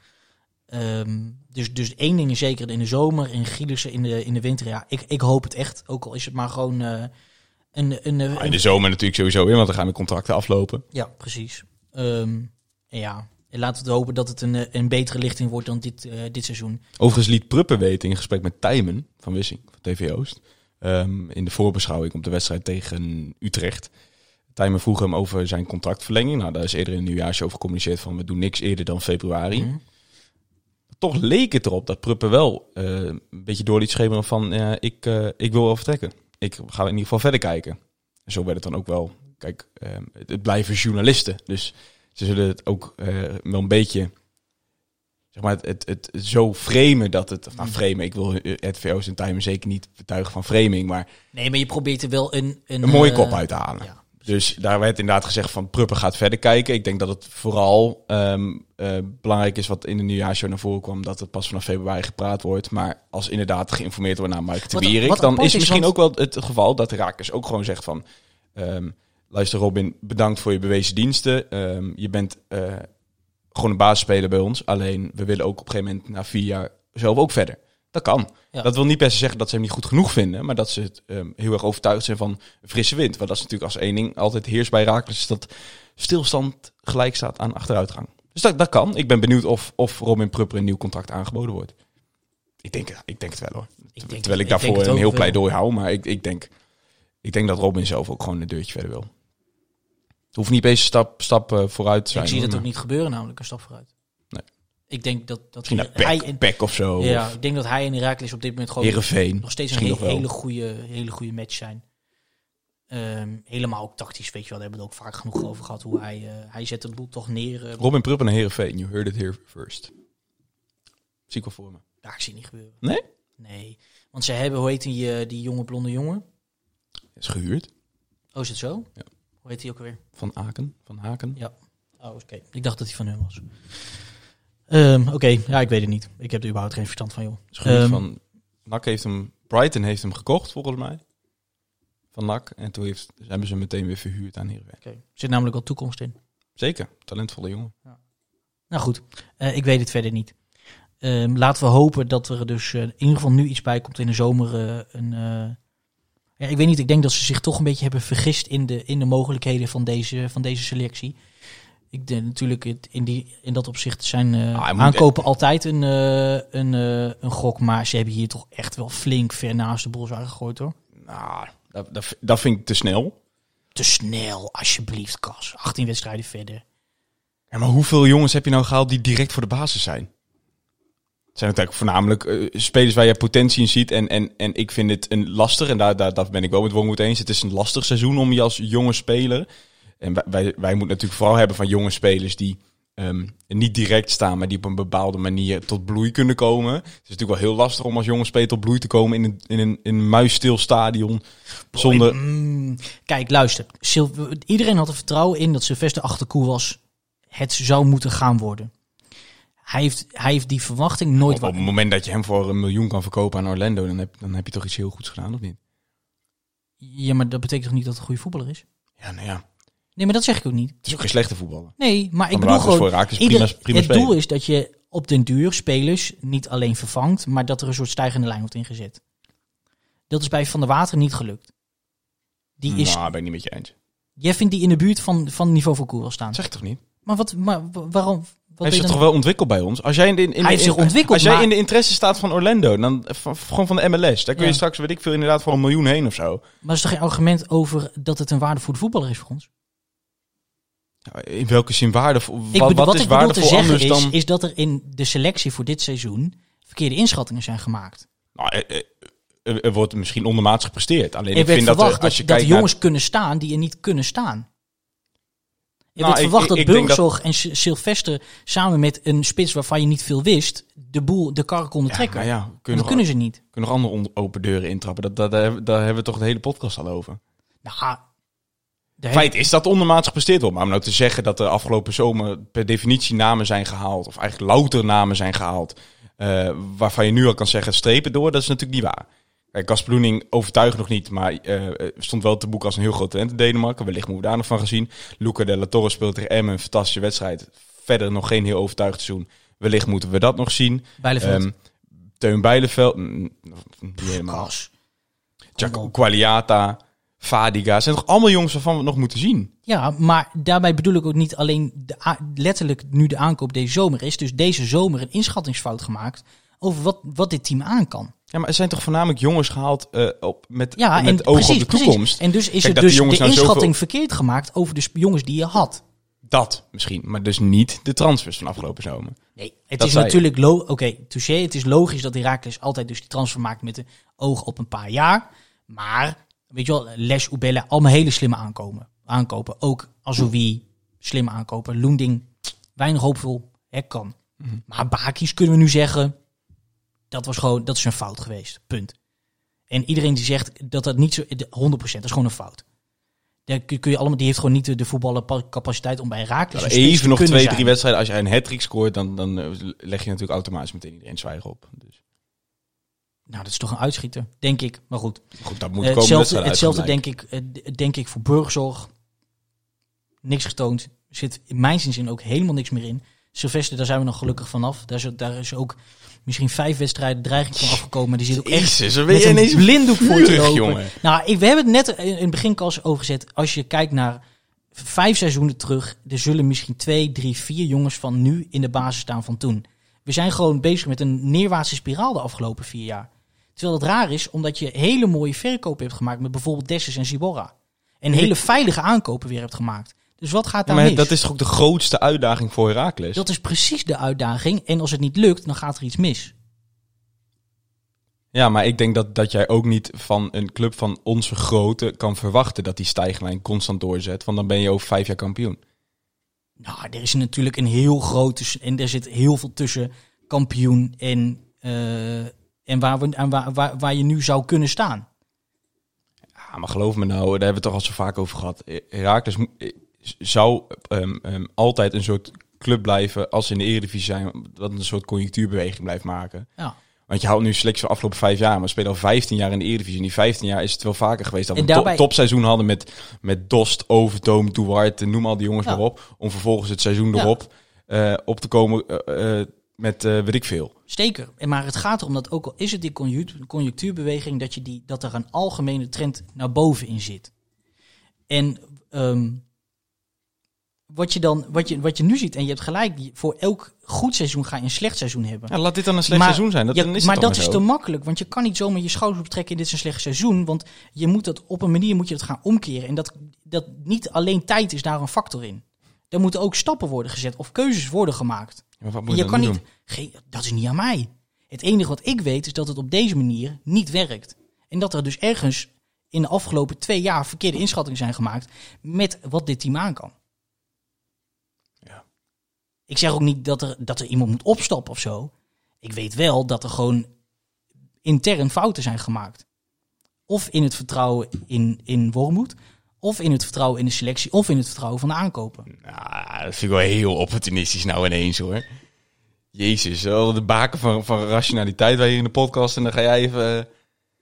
Dus één ding is zeker, in de zomer en Gielissen in de winter. Ja, ik hoop het echt. Ook al is het maar gewoon in de zomer natuurlijk sowieso in, want dan gaan de contracten aflopen. Ja, precies. En laten we hopen dat het een betere lichting wordt dan dit seizoen. Overigens liet Prupper weten in gesprek met Tijmen van Wissing, van TV Oost, in de voorbeschouwing op de wedstrijd tegen Utrecht. Tijmen vroeg hem over zijn contractverlenging. Nou, daar is eerder in een nieuwjaarsje over gecommuniceerd van we doen niks eerder dan februari. Mm. Toch leek het erop dat Prupper wel een beetje door liet schemeren van ik wil wel vertrekken. Ik ga in ieder geval verder kijken. En zo werd het dan ook wel. Kijk, het blijven journalisten. Dus ze zullen het ook wel een beetje, zeg maar, het zo framen dat het... Nou, framen, ik wil RTVO's en Tijmen zeker niet betuigen van framing, maar... Nee, maar je probeert er wel een mooie kop uit te halen. Ja. Dus daar werd inderdaad gezegd van Prupper gaat verder kijken. Ik denk dat het vooral belangrijk is wat in de nieuwjaarshow naar voren kwam, dat het pas vanaf februari gepraat wordt. Maar als inderdaad geïnformeerd wordt naar Mike de Wierik, dan is misschien ook wel het geval dat Raakers ook gewoon zegt van luister Robin, bedankt voor je bewezen diensten. Je bent gewoon een basisspeler bij ons. Alleen we willen ook op een gegeven moment na 4 jaar zelf ook verder. Dat kan. Ja. Dat wil niet per se zeggen dat ze hem niet goed genoeg vinden, maar dat ze het heel erg overtuigd zijn van frisse wind. Want dat is natuurlijk als één ding altijd heerst bij Raakles, is dat stilstand gelijk staat aan achteruitgang. Dus dat kan. Ik ben benieuwd of Robin Prupper een nieuw contract aangeboden wordt. Ik denk het wel hoor. Terwijl ik daarvoor een heel pleidooi hou, maar ik denk dat Robin zelf ook gewoon een deurtje verder wil. Het hoeft niet eens een stap vooruit te zijn. Ik zie dat ook niet gebeuren, namelijk een stap vooruit. Nee. Ik denk dat misschien Pek of zo. Ja, ik denk dat hij en Heracles op dit moment gewoon Heerenveen, nog steeds een hele goede match zijn. Helemaal ook tactisch, weet je wel. Daar hebben we het ook vaak genoeg over gehad. Hoe hij zet de boel toch neer. Robin Prupper naar Heerenveen. You heard it here first. Zie ik wel voor me. Ja, ik zie het niet gebeuren. Nee? Nee. Want ze hebben, hoe heet die jonge blonde jongen? Is gehuurd. Oh, is het zo? Ja. Hoe heet die ook alweer? Van Haken. Ja. Oh, oké. Ik dacht dat hij van hun was. Oké, ja, ik weet het niet. Ik heb er überhaupt geen verstand van, joh. Is gehuurd van NAC Brighton heeft hem gekocht, volgens mij. Van NAC. En toen hebben ze hem meteen weer verhuurd aan Heerenveen. Okay. Er zit namelijk wel toekomst in. Zeker. Talentvolle jongen. Ja. Nou goed, ik weet het verder niet. Laten we hopen dat er dus in ieder geval nu iets bij komt in de zomer. Ja, ik weet niet, ik denk dat ze zich toch een beetje hebben vergist in de mogelijkheden van deze selectie. Ik denk natuurlijk in dat opzicht zijn aankopen altijd een gok. Maar ze hebben hier toch echt wel flink ver naast de Bolzwijn gegooid, hoor. Nou, dat vind ik te snel. Te snel, alsjeblieft, Cas. 18 wedstrijden verder. Ja, maar hoeveel jongens heb je nou gehaald die direct voor de basis zijn? Het zijn natuurlijk voornamelijk spelers waar je potentie in ziet. En ik vind het een lastig, en daar ben ik wel met Wormoed eens. Het is een lastig seizoen om je als jonge speler. En wij moeten natuurlijk vooral hebben van jonge spelers die niet direct staan, maar die op een bepaalde manier tot bloei kunnen komen. Het is natuurlijk wel heel lastig om als jonge speler tot bloei te komen in een muisstil stadion. Zonder... Kijk, luister. Iedereen had er vertrouwen in dat Sylvester Achterkoe het zou moeten gaan worden. Hij heeft die verwachting nooit... Op het moment dat je hem voor $1 miljoen kan verkopen aan Orlando, dan heb je toch iets heel goeds gedaan, of niet? Ja, maar dat betekent toch niet dat het een goede voetballer is? Ja, nou ja. Nee, maar dat zeg ik ook niet. Het is ook geen slechte voetballer. Nee, maar ik bedoel gewoon... Het doel is dat je op den duur spelers niet alleen vervangt, maar dat er een soort stijgende lijn wordt ingezet. Dat is bij Van der Water niet gelukt. Ben ik niet met je eens. Jij vindt die in de buurt van het niveau van Koer staan? Dat zeg ik toch niet? Waarom? Hij heeft zich toch wel ontwikkeld bij ons? Als jij in de interesse staat van Orlando, dan gewoon van de MLS. Daar kun je straks, weet ik veel, inderdaad voor $1 miljoen heen of zo. Maar dat is toch geen argument over dat het een waardevolle voetballer is voor ons? In welke zin waardevol? Wat is ik waardevol te anders zeggen dan... is dat er in de selectie voor dit seizoen verkeerde inschattingen zijn gemaakt. Nou, er wordt misschien ondermaats gepresteerd. Alleen ik vind dat jongens kunnen staan die er niet kunnen staan. Je werd verwacht dat Bulzog en Sylvester samen met een spits waarvan je niet veel wist, de kar konden trekken. Ja, dat kunnen ze niet. Kunnen nog andere open deuren intrappen. Daar hebben we toch de hele podcast al over. Nou, feit is dat ondermaats gepresteerd wordt. Maar om nou te zeggen dat er afgelopen zomer per definitie namen zijn gehaald, of eigenlijk louter namen zijn gehaald, waarvan je nu al kan zeggen strepen door, dat is natuurlijk niet waar. Kijk, Kasper Loening overtuigt nog niet, maar stond wel te boek als een heel groot talent in Denemarken. Wellicht moeten we daar nog van gezien. Luca de la Torre speelt tegen Emmen, een fantastische wedstrijd. Verder nog geen heel overtuigend seizoen. Wellicht moeten we dat nog zien. Bijleveld. Teun Bijleveld, niet helemaal. Qualiata, Fadiga, zijn toch allemaal jongens waarvan we het nog moeten zien? Ja, maar daarbij bedoel ik ook niet alleen letterlijk nu de aankoop deze zomer. Er is dus deze zomer een inschattingsfout gemaakt over wat dit team aan kan. Ja, maar er zijn toch voornamelijk jongens gehaald met en oog precies, op de toekomst. Precies. En dus is Kijk, er dus de nou inschatting verkeerd gemaakt over de jongens die je had. Dat misschien, maar dus niet de transfers van afgelopen zomer. Nee, het Dat is zei natuurlijk touché. Het is logisch dat Heracles altijd dus die transfer maakt met de oog op een paar jaar. Maar, weet je wel, Les Ubella, allemaal hele slimme aankopen. Ook Azoui, slimme aankopen. Loending, weinig hoopvol, kan. Mm-hmm. Maar Bakis kunnen we nu zeggen, dat is een fout geweest. Punt. En iedereen die zegt dat niet zo, 100%, dat is gewoon een fout. Die heeft gewoon niet de voetballercapaciteit om bij Heracles even nog 2-3 zijn. wedstrijden. Als je een hat-trick scoort, dan leg je natuurlijk automatisch meteen iedereen zwijgen op. Dus. Nou, dat is toch een uitschieter, denk ik. Maar goed. Dat moet komen. Hetzelfde denk ik voor Burgzorg. Niks getoond. Er zit in mijn zin ook helemaal niks meer in. Sylvester, daar zijn we nog gelukkig vanaf. Daar is ook misschien 5 wedstrijden dreiging van afgekomen. Maar die zit ook echt met een blinddoek voor te lopen. Jongen. Nou, we hebben het net in het begin overgezet. Als je kijkt naar 5 seizoenen terug, er zullen misschien 2, 3, 4 jongens van nu in de basis staan van toen. We zijn gewoon bezig met een neerwaartse spiraal de afgelopen 4 jaar. Terwijl het raar is, omdat je hele mooie verkopen hebt gemaakt met bijvoorbeeld Dessus en Ziborra. En hele veilige aankopen weer hebt gemaakt. Dus wat gaat daar mis? Dat is toch ook de grootste uitdaging voor Heracles? Dat is precies de uitdaging. En als het niet lukt, dan gaat er iets mis. Ja, maar ik denk dat jij ook niet van een club van onze grootte kan verwachten dat die stijglijn constant doorzet. Want dan ben je over 5 jaar kampioen. Nou, er is natuurlijk een heel groot... En er zit heel veel tussen kampioen en waar je nu zou kunnen staan. Ja, maar geloof me nou, daar hebben we het toch al zo vaak over gehad. Heracles zou altijd een soort club blijven als ze in de Eredivisie zijn, dat een soort conjunctuurbeweging blijft maken. Ja. Want je houdt nu selectie van de afgelopen 5 jaar, maar we spelen al 15 jaar in de Eredivisie. In die 15 jaar is het wel vaker geweest dat we een topseizoen hadden met Dost, Overtoom, Duarte, noem al die jongens maar op. Om vervolgens het seizoen erop op te komen met weet ik veel. Zeker. Maar het gaat erom dat ook al is het die conjunctuurbeweging, dat er een algemene trend naar boven in zit. En wat je nu ziet, en je hebt gelijk, voor elk goed seizoen ga je een slecht seizoen hebben. Ja, laat dit dan een slecht seizoen zijn. Maar dat is te makkelijk, want je kan niet zomaar je schouders optrekken in dit is een slecht seizoen, want je moet dat op een manier gaan omkeren. En dat niet alleen tijd is daar een factor in. Er moeten ook stappen worden gezet of keuzes worden gemaakt. Ja, wat moet je kan niet doen? Dat is niet aan mij. Het enige wat ik weet is dat het op deze manier niet werkt. En dat er dus ergens in de afgelopen 2 jaar verkeerde inschattingen zijn gemaakt met wat dit team aan kan. Ja. Ik zeg ook niet dat er iemand moet opstappen of zo. Ik weet wel dat er gewoon intern fouten zijn gemaakt. Of in het vertrouwen in Wormoed, of in het vertrouwen in de selectie, of in het vertrouwen van de aankopen. Nou, dat vind ik wel heel opportunistisch nou ineens hoor. Jezus, de baken van rationaliteit wij hier in de podcast. En dan ga jij even het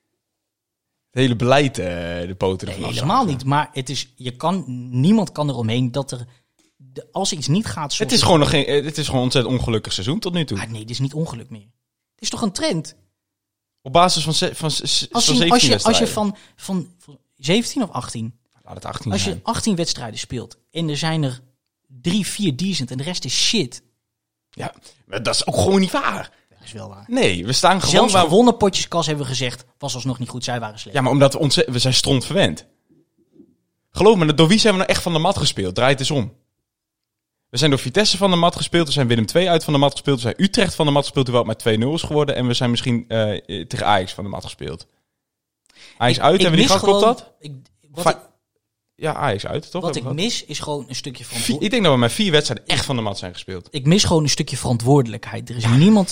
hele beleid de poten ervan afzagen. Helemaal niet, maar niemand kan eromheen dat er, als iets niet gaat zoals... Het is gewoon een ontzettend ongelukkig seizoen tot nu toe. Nee, dit is niet ongeluk meer. Het is toch een trend? Op basis van 17 wedstrijden. Als je van 17 of 18... Laat het 18 als je 18 wedstrijden speelt en er zijn er 3, 4 decent en de rest is shit. Ja, maar dat is ook gewoon niet waar. Dat is wel waar. Nee, we staan gewoon... Zelfs gewonnen potjeskas hebben we gezegd, was alsnog niet goed, zij waren slecht. Ja, maar omdat we zijn stront verwend. Geloof me, door wie zijn we nou echt van de mat gespeeld? Draai het eens om. We zijn door Vitesse van de mat gespeeld, we zijn Willem II uit van de mat gespeeld, we zijn Utrecht van de mat gespeeld, terwijl het met 2-0 is geworden. En we zijn misschien tegen Ajax van de mat gespeeld. Ajax uit, hebben we die gehad, klopt dat? Ja, Ajax uit, toch? Wat ik mis is gewoon een stukje verantwoordelijkheid. Ik denk dat we met 4 wedstrijden echt van de mat zijn gespeeld. Ik mis gewoon een stukje verantwoordelijkheid. Er is niemand...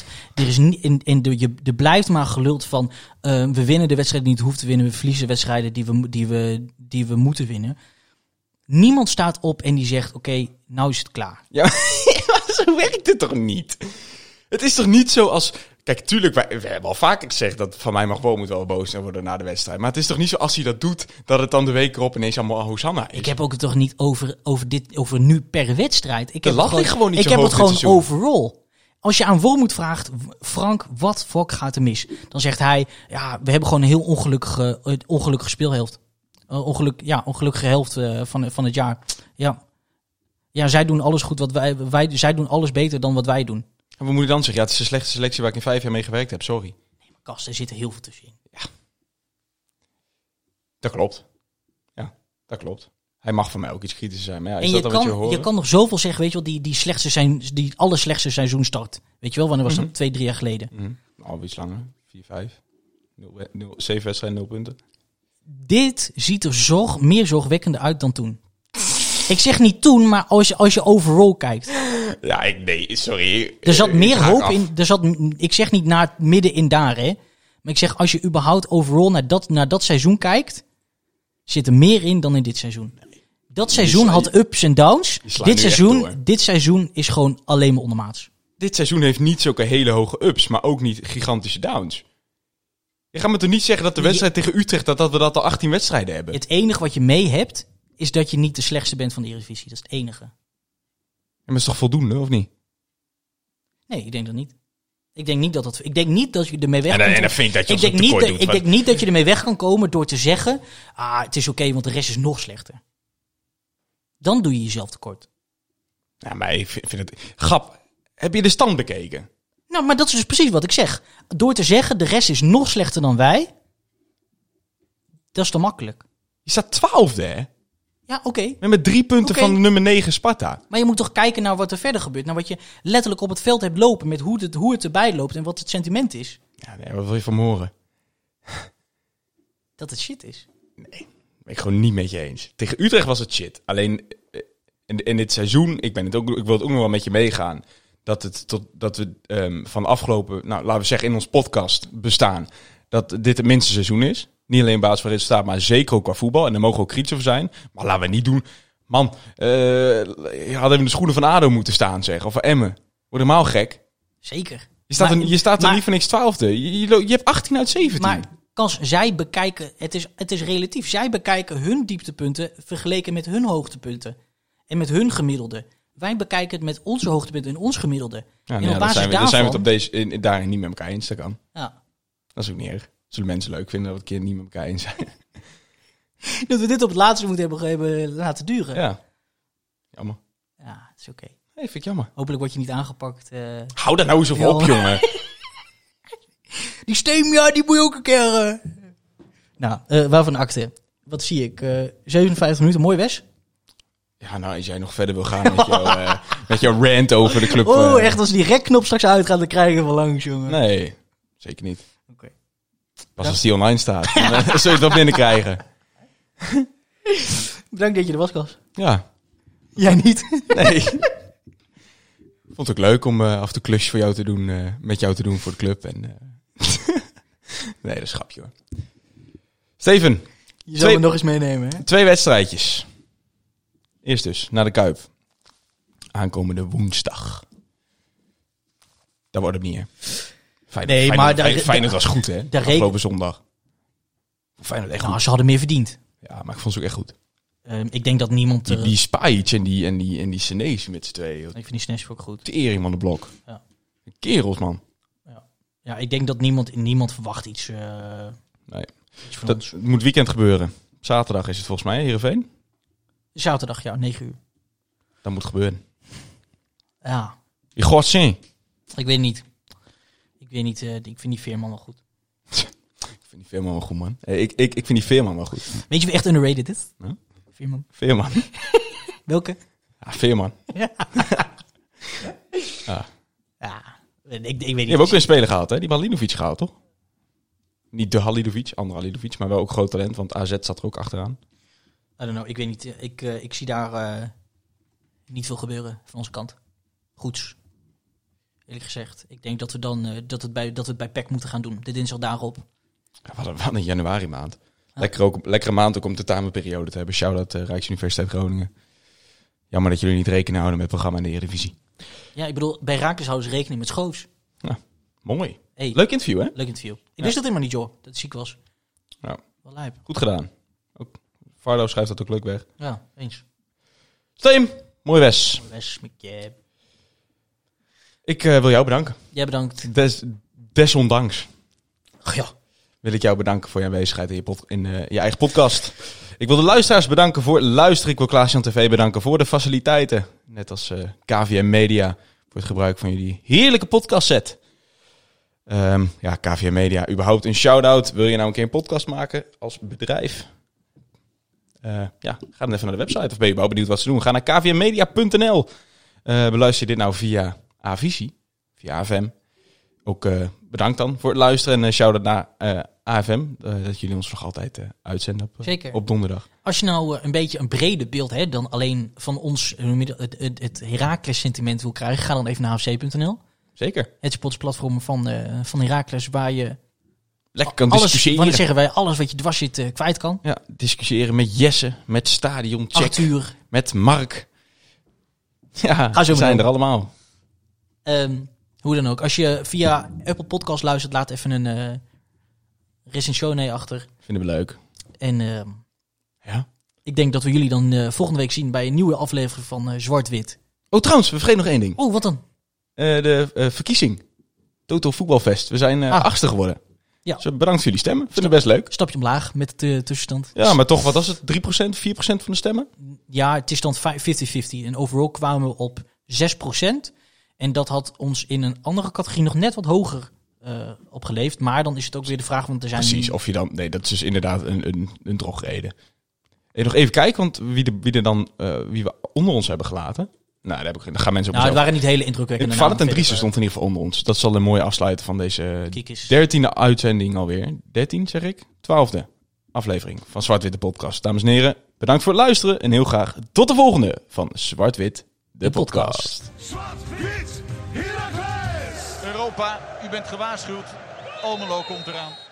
Er blijft maar geluld van... we winnen de wedstrijden die niet hoeven te winnen. We verliezen de wedstrijden die we moeten winnen. Niemand staat op en die zegt... Oké, nou is het klaar. Ja, zo werkt het toch niet? Het is toch niet zo als... Kijk, tuurlijk, we hebben al vaker gezegd dat Van mij mag moet wel boos worden na de wedstrijd. Maar het is toch niet zo als hij dat doet, dat het dan de week erop ineens allemaal Hosanna is. Ik heb ook het toch niet over nu per wedstrijd. Ik heb lag het ik gewoon niet Ik zo heb hoog het gewoon dit seizoen. overall. Als je aan Wormoed vraagt, Frank, wat fuck gaat er mis? Dan zegt hij, ja, we hebben gewoon een heel ongelukkige speelhelft. Ongelukkige helft van het jaar. Ja, zij doen alles goed wat zij doen alles beter dan wat wij doen. En wat moet je dan zeggen? Ja, het is de slechtste selectie waar ik in 5 jaar mee gewerkt heb, sorry. Nee, maar Kast, er zit heel veel tussenin. Dat klopt. Ja, dat klopt. Hij mag van mij ook iets kritisch zijn. Maar ja, is En dat dan wat je hoort? je kan nog zoveel zeggen, weet je wel, die allerslechtste seizoen start. Weet je wel, wanneer was dat? 2-3 jaar geleden. Al iets langer. 4-5. 7 wedstrijden, 0 punten. Dit ziet er meer zorgwekkender uit dan toen. Ik zeg niet toen, maar als je overall kijkt. Ja, nee, sorry. Er zat meer haak hoop af. in. Ik zeg niet naar het midden in daar, hè. Maar ik zeg, als je überhaupt overall naar dat seizoen kijkt, zit er meer in dan in dit seizoen. Dat seizoen had ups en downs. Dit seizoen is gewoon alleen maar ondermaats. Dit seizoen heeft niet zulke hele hoge ups, maar ook niet gigantische downs. Je gaat me toch niet zeggen dat de wedstrijd tegen Utrecht, dat we dat al 18 wedstrijden hebben? Het enige wat je mee hebt, is dat je niet de slechtste bent van de Eredivisie. Dat is het enige. Ja, maar is toch voldoende, of niet? Nee, ik denk dat niet. Ik denk niet dat je ermee weg En dan vind ik dat je ons een tekort doet. Ik denk niet dat je ermee weg kan komen door te zeggen, het is oké, want de rest is nog slechter. Dan doe je jezelf tekort. Ja, maar ik vind het... Grap, heb je de stand bekeken? Nou, maar dat is dus precies wat ik zeg. Door te zeggen, de rest is nog slechter dan wij, dat is te makkelijk. Je staat 12e, hè? Ja, oké. Met 3 punten Oké. van de nummer 9 Sparta. Maar je moet toch kijken naar wat er verder gebeurt. Naar wat je letterlijk op het veld hebt lopen. Met hoe het erbij loopt en wat het sentiment is. Ja, nee, wat wil je van me horen? Dat het shit is. Ben ik gewoon niet met je eens. Tegen Utrecht was het shit. Alleen in dit seizoen, ik wil het ook nog wel met je meegaan. Dat we van de afgelopen, nou laten we zeggen in ons podcast bestaan, dat dit het minste seizoen is. Niet alleen op basis van resultaat, maar zeker ook qua voetbal. En daar mogen we ook kritisch over zijn. Maar laten we niet doen. Man, je had even de schoenen van ADO moeten staan, zeg. Of van Emmen. Word helemaal gek. Zeker. Je staat er niet voor niks 12e. Je hebt 18 uit 17. Maar Kans, zij bekijken, het is relatief. Zij bekijken hun dieptepunten vergeleken met hun hoogtepunten. En met hun gemiddelde. Wij bekijken het met onze hoogtepunten en ons gemiddelde. Ja, en op basis dan daarvan... zijn we het op daarin niet met elkaar eens. Dat kan. Ja. Dat is ook niet erg. Zullen mensen leuk vinden dat we het een keer niet met elkaar eens zijn. Dat we dit op het laatste moeten hebben laten duren. Ja. Jammer. Ja, het is oké. Nee, vind ik jammer. Hopelijk word je niet aangepakt. Hou daar nou eens over op, jongen. Die stem, ja, die moet je ook een keer... Nou, waarvan akte? Wat zie ik? 57 minuten, mooi Wes. Ja, nou, als jij nog verder wil gaan met jouw rant over de club. Echt, als die rekknop straks uitgaat, dan krijgen we langs, jongen. Nee, zeker niet. Oké. Pas als die online staat, dan zul je het wel binnenkrijgen. Bedankt dat je er was, Kas. Ja. Jij niet? Nee. Vond het ook leuk om af en toe klusjes voor jou te doen, met jou te doen voor de club. En, nee, dat is een grapje hoor. Steven. Je zal me nog eens meenemen, hè? 2 wedstrijdjes. Eerst dus, naar de Kuip. Aankomende woensdag. Dat wordt het niet, hè? Feyenoord was goed, hè? Afgelopen zondag. Feyenoord echt goed. Ze hadden meer verdiend. Ja, maar ik vond ze ook echt goed. Ik denk dat niemand... Die Spajic en die Senesi met z'n tweeën. Ik vind die Snes ook goed. Tering van de blok. Ja. Kerels, man. Ja, ik denk dat niemand verwacht iets... Nee. iets van Dat ons. moet weekend gebeuren. Zaterdag is het volgens mij, Heerenveen. Zaterdag, ja, 9 uur. Dat moet gebeuren. Ja, Je gaat zien. ik weet niet. Ik vind die Veerman wel goed. Ik vind die Veerman wel goed, man. Ik vind die Veerman wel goed. Weet je wie echt underrated is? Huh? Veerman. Veerman. Welke? Ja, Veerman. Ja, ik weet Die niet. hebben ook weer een speler gehaald, hè? Die Halilhovic gehaald, toch? Niet de Halilhovic, andere Halilhovic, maar wel ook groot talent, want AZ zat er ook achteraan. I don't know, ik weet niet. Ik zie daar niet veel gebeuren van onze kant. Goeds. Eerlijk gezegd. Ik denk dat we dan dat we het bij PEC moeten gaan doen. De dinsdag daarop. Ja, we hadden een januari maand. Lekkere maand ook om tentamenperiode te hebben. Shout-out Rijksuniversiteit Groningen. Jammer dat jullie niet rekening houden met het programma in de Eredivisie. Ja, ik bedoel, bij Raakles houden ze rekening met Schoofs. Ja, mooi. Hey, Leuk interview, hè? leuk interview. Ik wist dat helemaal niet, joh. Dat het ziek was. Ja. Wel lijp. Goed gedaan. Ook Vardo schrijft dat ook leuk weg. Ja, eens. Steem, mooi Wes. Wes met je. Ik wil jou bedanken. Jij bedankt. Desondanks Ach ja. wil ik jou bedanken voor je aanwezigheid in je eigen podcast. Ik wil de luisteraars bedanken voor het luisteren. Ik wil Klaas-Jan TV bedanken voor de faciliteiten. Net als KVM Media voor het gebruik van jullie heerlijke podcastset. KVM Media, überhaupt een shout-out. Wil je nou een keer een podcast maken als bedrijf? Ga dan even naar de website. Of ben je wel benieuwd wat ze doen? Ga naar kvmmedia.nl. Beluister je dit nou via A-Visie, via AFM. Ook bedankt dan voor het luisteren. En shout-out naar AFM. Dat jullie ons nog altijd uitzenden Zeker. op donderdag. Als je nou een beetje een breder beeld hebt dan alleen van ons het Heracles sentiment wil krijgen, ga dan even naar hfc.nl. Zeker. Het sportsplatform van Heracles waar je Lekker kan alles, discussiëren. wat ik zeggen, waar je alles wat je dwars zit kwijt kan. Ja, discussiëren met Jesse, met Stadioncheck, Arthur. met Mark. Ja, Ga zo we zijn maar er allemaal. Hoe dan ook. Als je via Apple Podcast luistert, laat even een recensione achter. Vinden we leuk. En Ja. ik denk dat we jullie dan volgende week zien bij een nieuwe aflevering van Zwart-Wit. Oh, trouwens, we vergeten nog één ding. Oh, wat dan? De verkiezing. Total Voetbalfest. We zijn 8e geworden. Ja. Dus bedankt voor jullie stemmen. Vinden we best leuk. Stapje omlaag met de tussenstand. Ja, maar toch, wat was het? 3%, 4% van de stemmen? Ja, het is dan 50-50. En overal kwamen we op 6%. En dat had ons in een andere categorie nog net wat hoger opgeleverd. Maar dan is het ook weer de vraag, want er zijn... Precies, of je dan... Nee, dat is dus inderdaad een drogreden. Nog even kijken, want wie we onder ons hebben gelaten... Nou, daar gaan mensen op Nou, het waren niet hele indrukwekkende Valent en namen, Driessen stond in ieder geval onder ons. Dat zal een mooie afsluiten van deze Kiekers. 13e uitzending alweer. 13 zeg ik? 12e aflevering van Zwart-Wit de podcast. Dames en heren, bedankt voor het luisteren. En heel graag tot de volgende van Zwart-Wit de podcast. Zwart-wit, Heracles! Europa, u bent gewaarschuwd. Almelo komt eraan.